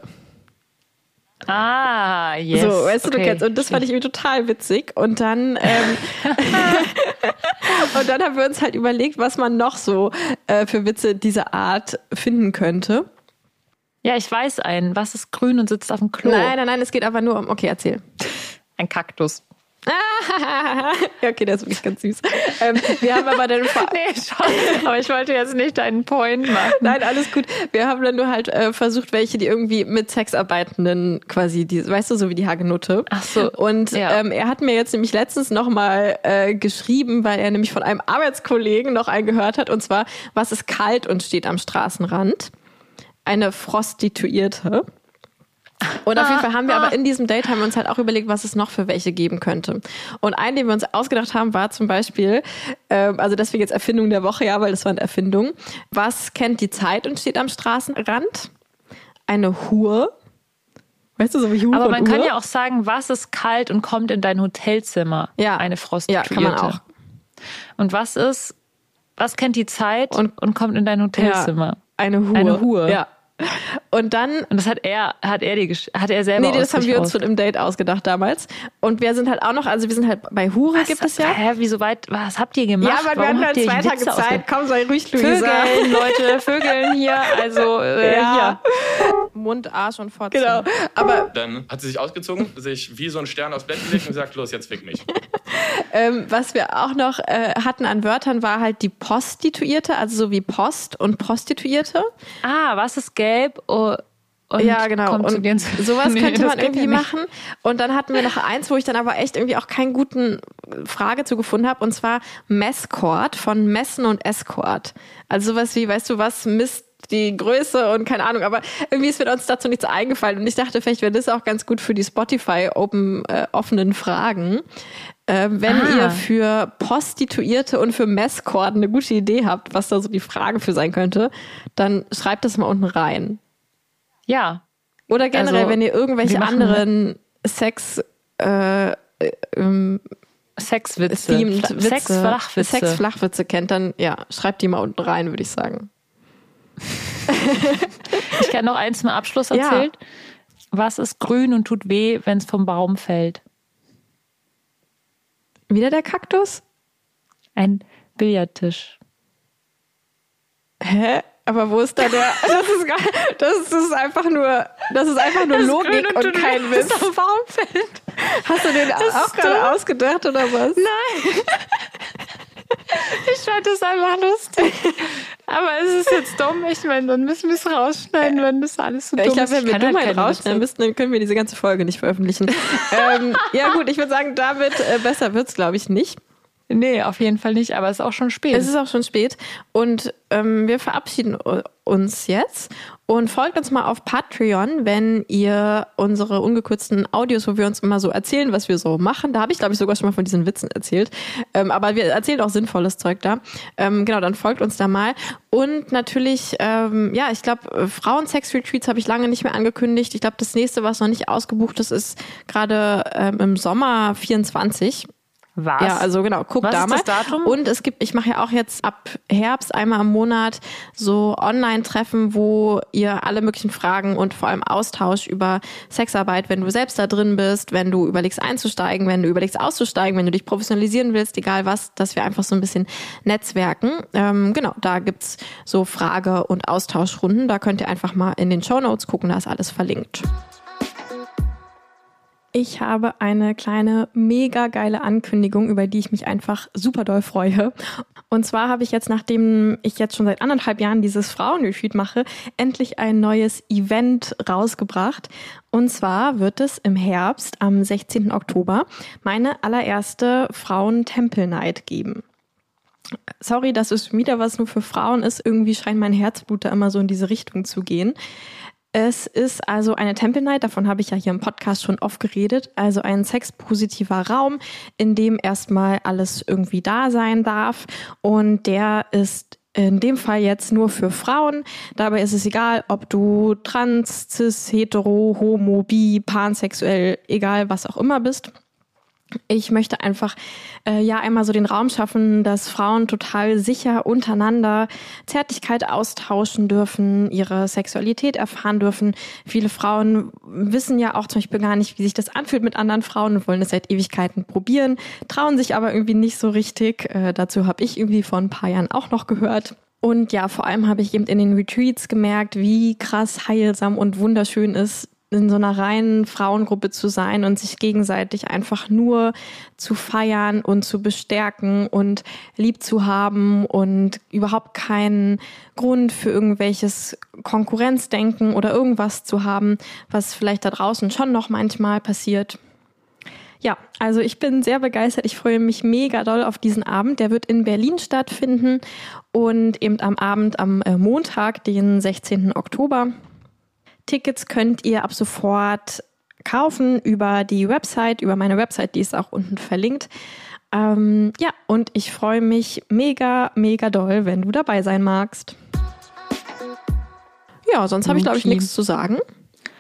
Ah, yes. So, weißt du, okay. du kennst. Und das fand ich irgendwie total witzig. Und dann, ähm, und dann haben wir uns halt überlegt, was man noch so äh, für Witze dieser Art finden könnte. Ja, ich weiß einen. Was ist grün und sitzt auf dem Klo? Nein, nein, nein, es geht aber nur um... Okay, erzähl. Ein Kaktus. Ja, okay, der ist wirklich ganz süß. Ähm, wir haben aber dann... nee, schon. Aber ich wollte jetzt nicht deinen Point machen. Nein, alles gut. Wir haben dann nur halt äh, versucht, welche, die irgendwie mit Sexarbeitenden quasi, die, weißt du, so wie die Hagenutte. Ach so. Und ja. ähm, er hat mir jetzt nämlich letztens nochmal äh, geschrieben, weil er nämlich von einem Arbeitskollegen noch einen gehört hat. Und zwar, was ist kalt und steht am Straßenrand? Eine Prostituierte. Und auf jeden Fall haben wir aber in diesem Date haben wir uns halt auch überlegt, was es noch für welche geben könnte. Und einen, den wir uns ausgedacht haben, war zum Beispiel, ähm, also deswegen jetzt Erfindung der Woche, ja, weil das war eine Erfindung. Was kennt die Zeit und steht am Straßenrand? Eine Hure. Weißt du, so wie Hure Aber man und kann Uhr? ja auch sagen, was ist kalt und kommt in dein Hotelzimmer? Ja. Eine Prostituierte. Ja, kann man auch. Und was ist, was kennt die Zeit und, und kommt in dein Hotelzimmer? Ja. Eine Hure. Eine Hure. Ja. Und dann. Und das hat er, hat er die, hat er selber. Nee, das haben wir uns schon im Date ausgedacht damals. Und wir sind halt auch noch, also wir sind halt bei Hure was, gibt es ja. Hä, wieso weit, was habt ihr gemacht? Ja, aber wir hatten halt zwei Tage Zeit. Komm, sei ruhig, Luisa. Vögeln, Leute, Vögeln hier, also äh, ja. hier. Mund, Arsch und Fotze. Genau. Aber dann hat sie sich ausgezogen, sich wie so ein Stern aufs Bett gelegt und gesagt, los, jetzt fick mich. ähm, was wir auch noch äh, hatten an Wörtern war halt die Prostituierte, also so wie Post und Prostituierte. Ah, was ist gelb? Oh, und ja, genau. kommt Und zu sowas nee, könnte man geht irgendwie ja machen. Und dann hatten wir noch eins, wo ich dann aber echt irgendwie auch keinen guten Frage zu gefunden habe. Und zwar Messcord von Messen und Escort. Also sowas wie, weißt du was, misst die Größe und keine Ahnung. Aber irgendwie ist mir uns dazu nichts eingefallen. Und ich dachte, vielleicht wäre das auch ganz gut für die Spotify open, äh, offenen Fragen. Äh, wenn ah. ihr für Prostituierte und für Messcord eine gute Idee habt, was da so die Frage für sein könnte, dann schreibt das mal unten rein. Ja. Oder generell, also, wenn ihr irgendwelche anderen Sex äh, ähm, Sexwitze, Witze, Sexflachwitze. Sexflachwitze kennt, dann ja, schreibt die mal unten rein, würde ich sagen. Ich kann noch eins zum Abschluss erzählen. Ja. Was ist grün und tut weh, wenn es vom Baum fällt? Wieder der Kaktus? Ein Billardtisch. Hä? Aber wo ist da der? Das ist, gar, das ist einfach nur, das ist einfach nur das Logik und, und kein Witz. Vom Baum fällt. Hast du den das auch gerade ausgedacht oder was? Nein. Ich fand das einfach lustig. Aber es ist jetzt dumm. Ich meine, dann müssen wir es rausschneiden, wenn das alles so dumm ist. Ich glaube, wenn wir Dummheit rausschneiden müssten, dann können wir diese ganze Folge nicht veröffentlichen. ähm, ja gut, ich würde sagen, damit äh, besser wird's, glaube ich, nicht. Nee, auf jeden Fall nicht, aber es ist auch schon spät. Es ist auch schon spät und ähm, wir verabschieden uns jetzt und folgt uns mal auf Patreon, wenn ihr unsere ungekürzten Audios, wo wir uns immer so erzählen, was wir so machen, da habe ich, glaube ich, sogar schon mal von diesen Witzen erzählt, ähm, aber wir erzählen auch sinnvolles Zeug da. Ähm, genau, dann folgt uns da mal und natürlich, ähm, ja, ich glaube, Frauen-Sex-Retreats habe ich lange nicht mehr angekündigt. Ich glaube, das nächste, was noch nicht ausgebucht ist, ist gerade ähm, im Sommer vierundzwanzig. Was? Ja, also genau, guck Was da ist mal. das Datum? Und es gibt, ich mache ja auch jetzt ab Herbst einmal im Monat so Online-Treffen, wo ihr alle möglichen Fragen und vor allem Austausch über Sexarbeit, wenn du selbst da drin bist, wenn du überlegst einzusteigen, wenn du überlegst auszusteigen, wenn du dich professionalisieren willst, egal was, dass wir einfach so ein bisschen netzwerken. Ähm, genau, da gibt's so Frage- und Austauschrunden. Da könnt ihr einfach mal in den Shownotes gucken, da ist alles verlinkt. Ich habe eine kleine, mega geile Ankündigung, über die ich mich einfach super doll freue. Und zwar habe ich jetzt, nachdem ich jetzt schon seit anderthalb Jahren dieses Frauenretreat mache, endlich ein neues Event rausgebracht. Und zwar wird es im Herbst, am sechzehnten Oktober, meine allererste Frauen-Tempel-Night geben. Sorry, dass es wieder was nur für Frauen ist. Irgendwie scheint mein Herzblut da immer so in diese Richtung zu gehen. Es ist also eine Temple Night, davon habe ich ja hier im Podcast schon oft geredet, also ein sexpositiver Raum, in dem erstmal alles irgendwie da sein darf und der ist in dem Fall jetzt nur für Frauen. Dabei ist es egal, ob du trans, cis, hetero, homo, bi, pansexuell, egal was auch immer bist. Ich möchte einfach äh, ja einmal so den Raum schaffen, dass Frauen total sicher untereinander Zärtlichkeit austauschen dürfen, ihre Sexualität erfahren dürfen. Viele Frauen wissen ja auch zum Beispiel gar nicht, wie sich das anfühlt mit anderen Frauen und wollen es seit Ewigkeiten probieren, trauen sich aber irgendwie nicht so richtig. Äh, dazu habe ich irgendwie vor ein paar Jahren auch noch gehört. Und ja, vor allem habe ich eben in den Retreats gemerkt, wie krass heilsam und wunderschön ist, in so einer reinen Frauengruppe zu sein und sich gegenseitig einfach nur zu feiern und zu bestärken und lieb zu haben und überhaupt keinen Grund für irgendwelches Konkurrenzdenken oder irgendwas zu haben, was vielleicht da draußen schon noch manchmal passiert. Ja, also ich bin sehr begeistert. Ich freue mich mega doll auf diesen Abend. Der wird in Berlin stattfinden und eben am Abend am Montag, den sechzehnten Oktober. Tickets könnt ihr ab sofort kaufen über die Website, über meine Website, die ist auch unten verlinkt. Ähm, ja, und ich freue mich mega, mega doll, wenn du dabei sein magst. Ja, sonst habe ich, glaube ich, nichts zu sagen.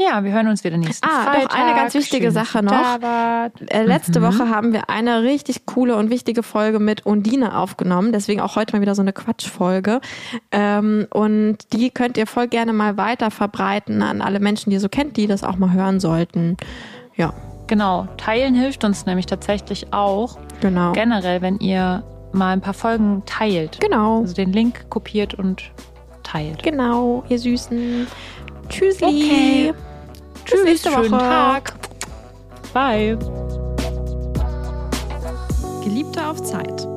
Ja, wir hören uns wieder nächsten Ah, Freitag. doch eine ganz wichtige Schön, Sache dass ihr noch. da wart. Äh, letzte Mhm. Woche haben wir eine richtig coole und wichtige Folge mit Undine aufgenommen. Deswegen auch heute mal wieder so eine Quatschfolge. Ähm, und die könnt ihr voll gerne mal weiter verbreiten an alle Menschen, die ihr so kennt, die das auch mal hören sollten. Ja, Genau, teilen hilft uns nämlich tatsächlich auch. genau. Generell, wenn ihr mal ein paar Folgen teilt. Genau, Also den Link kopiert und teilt. genau, ihr Süßen. Tschüssli. Okay. Tschüss, nächste Woche. Schönen Tag. Bye. Geliebte auf Zeit.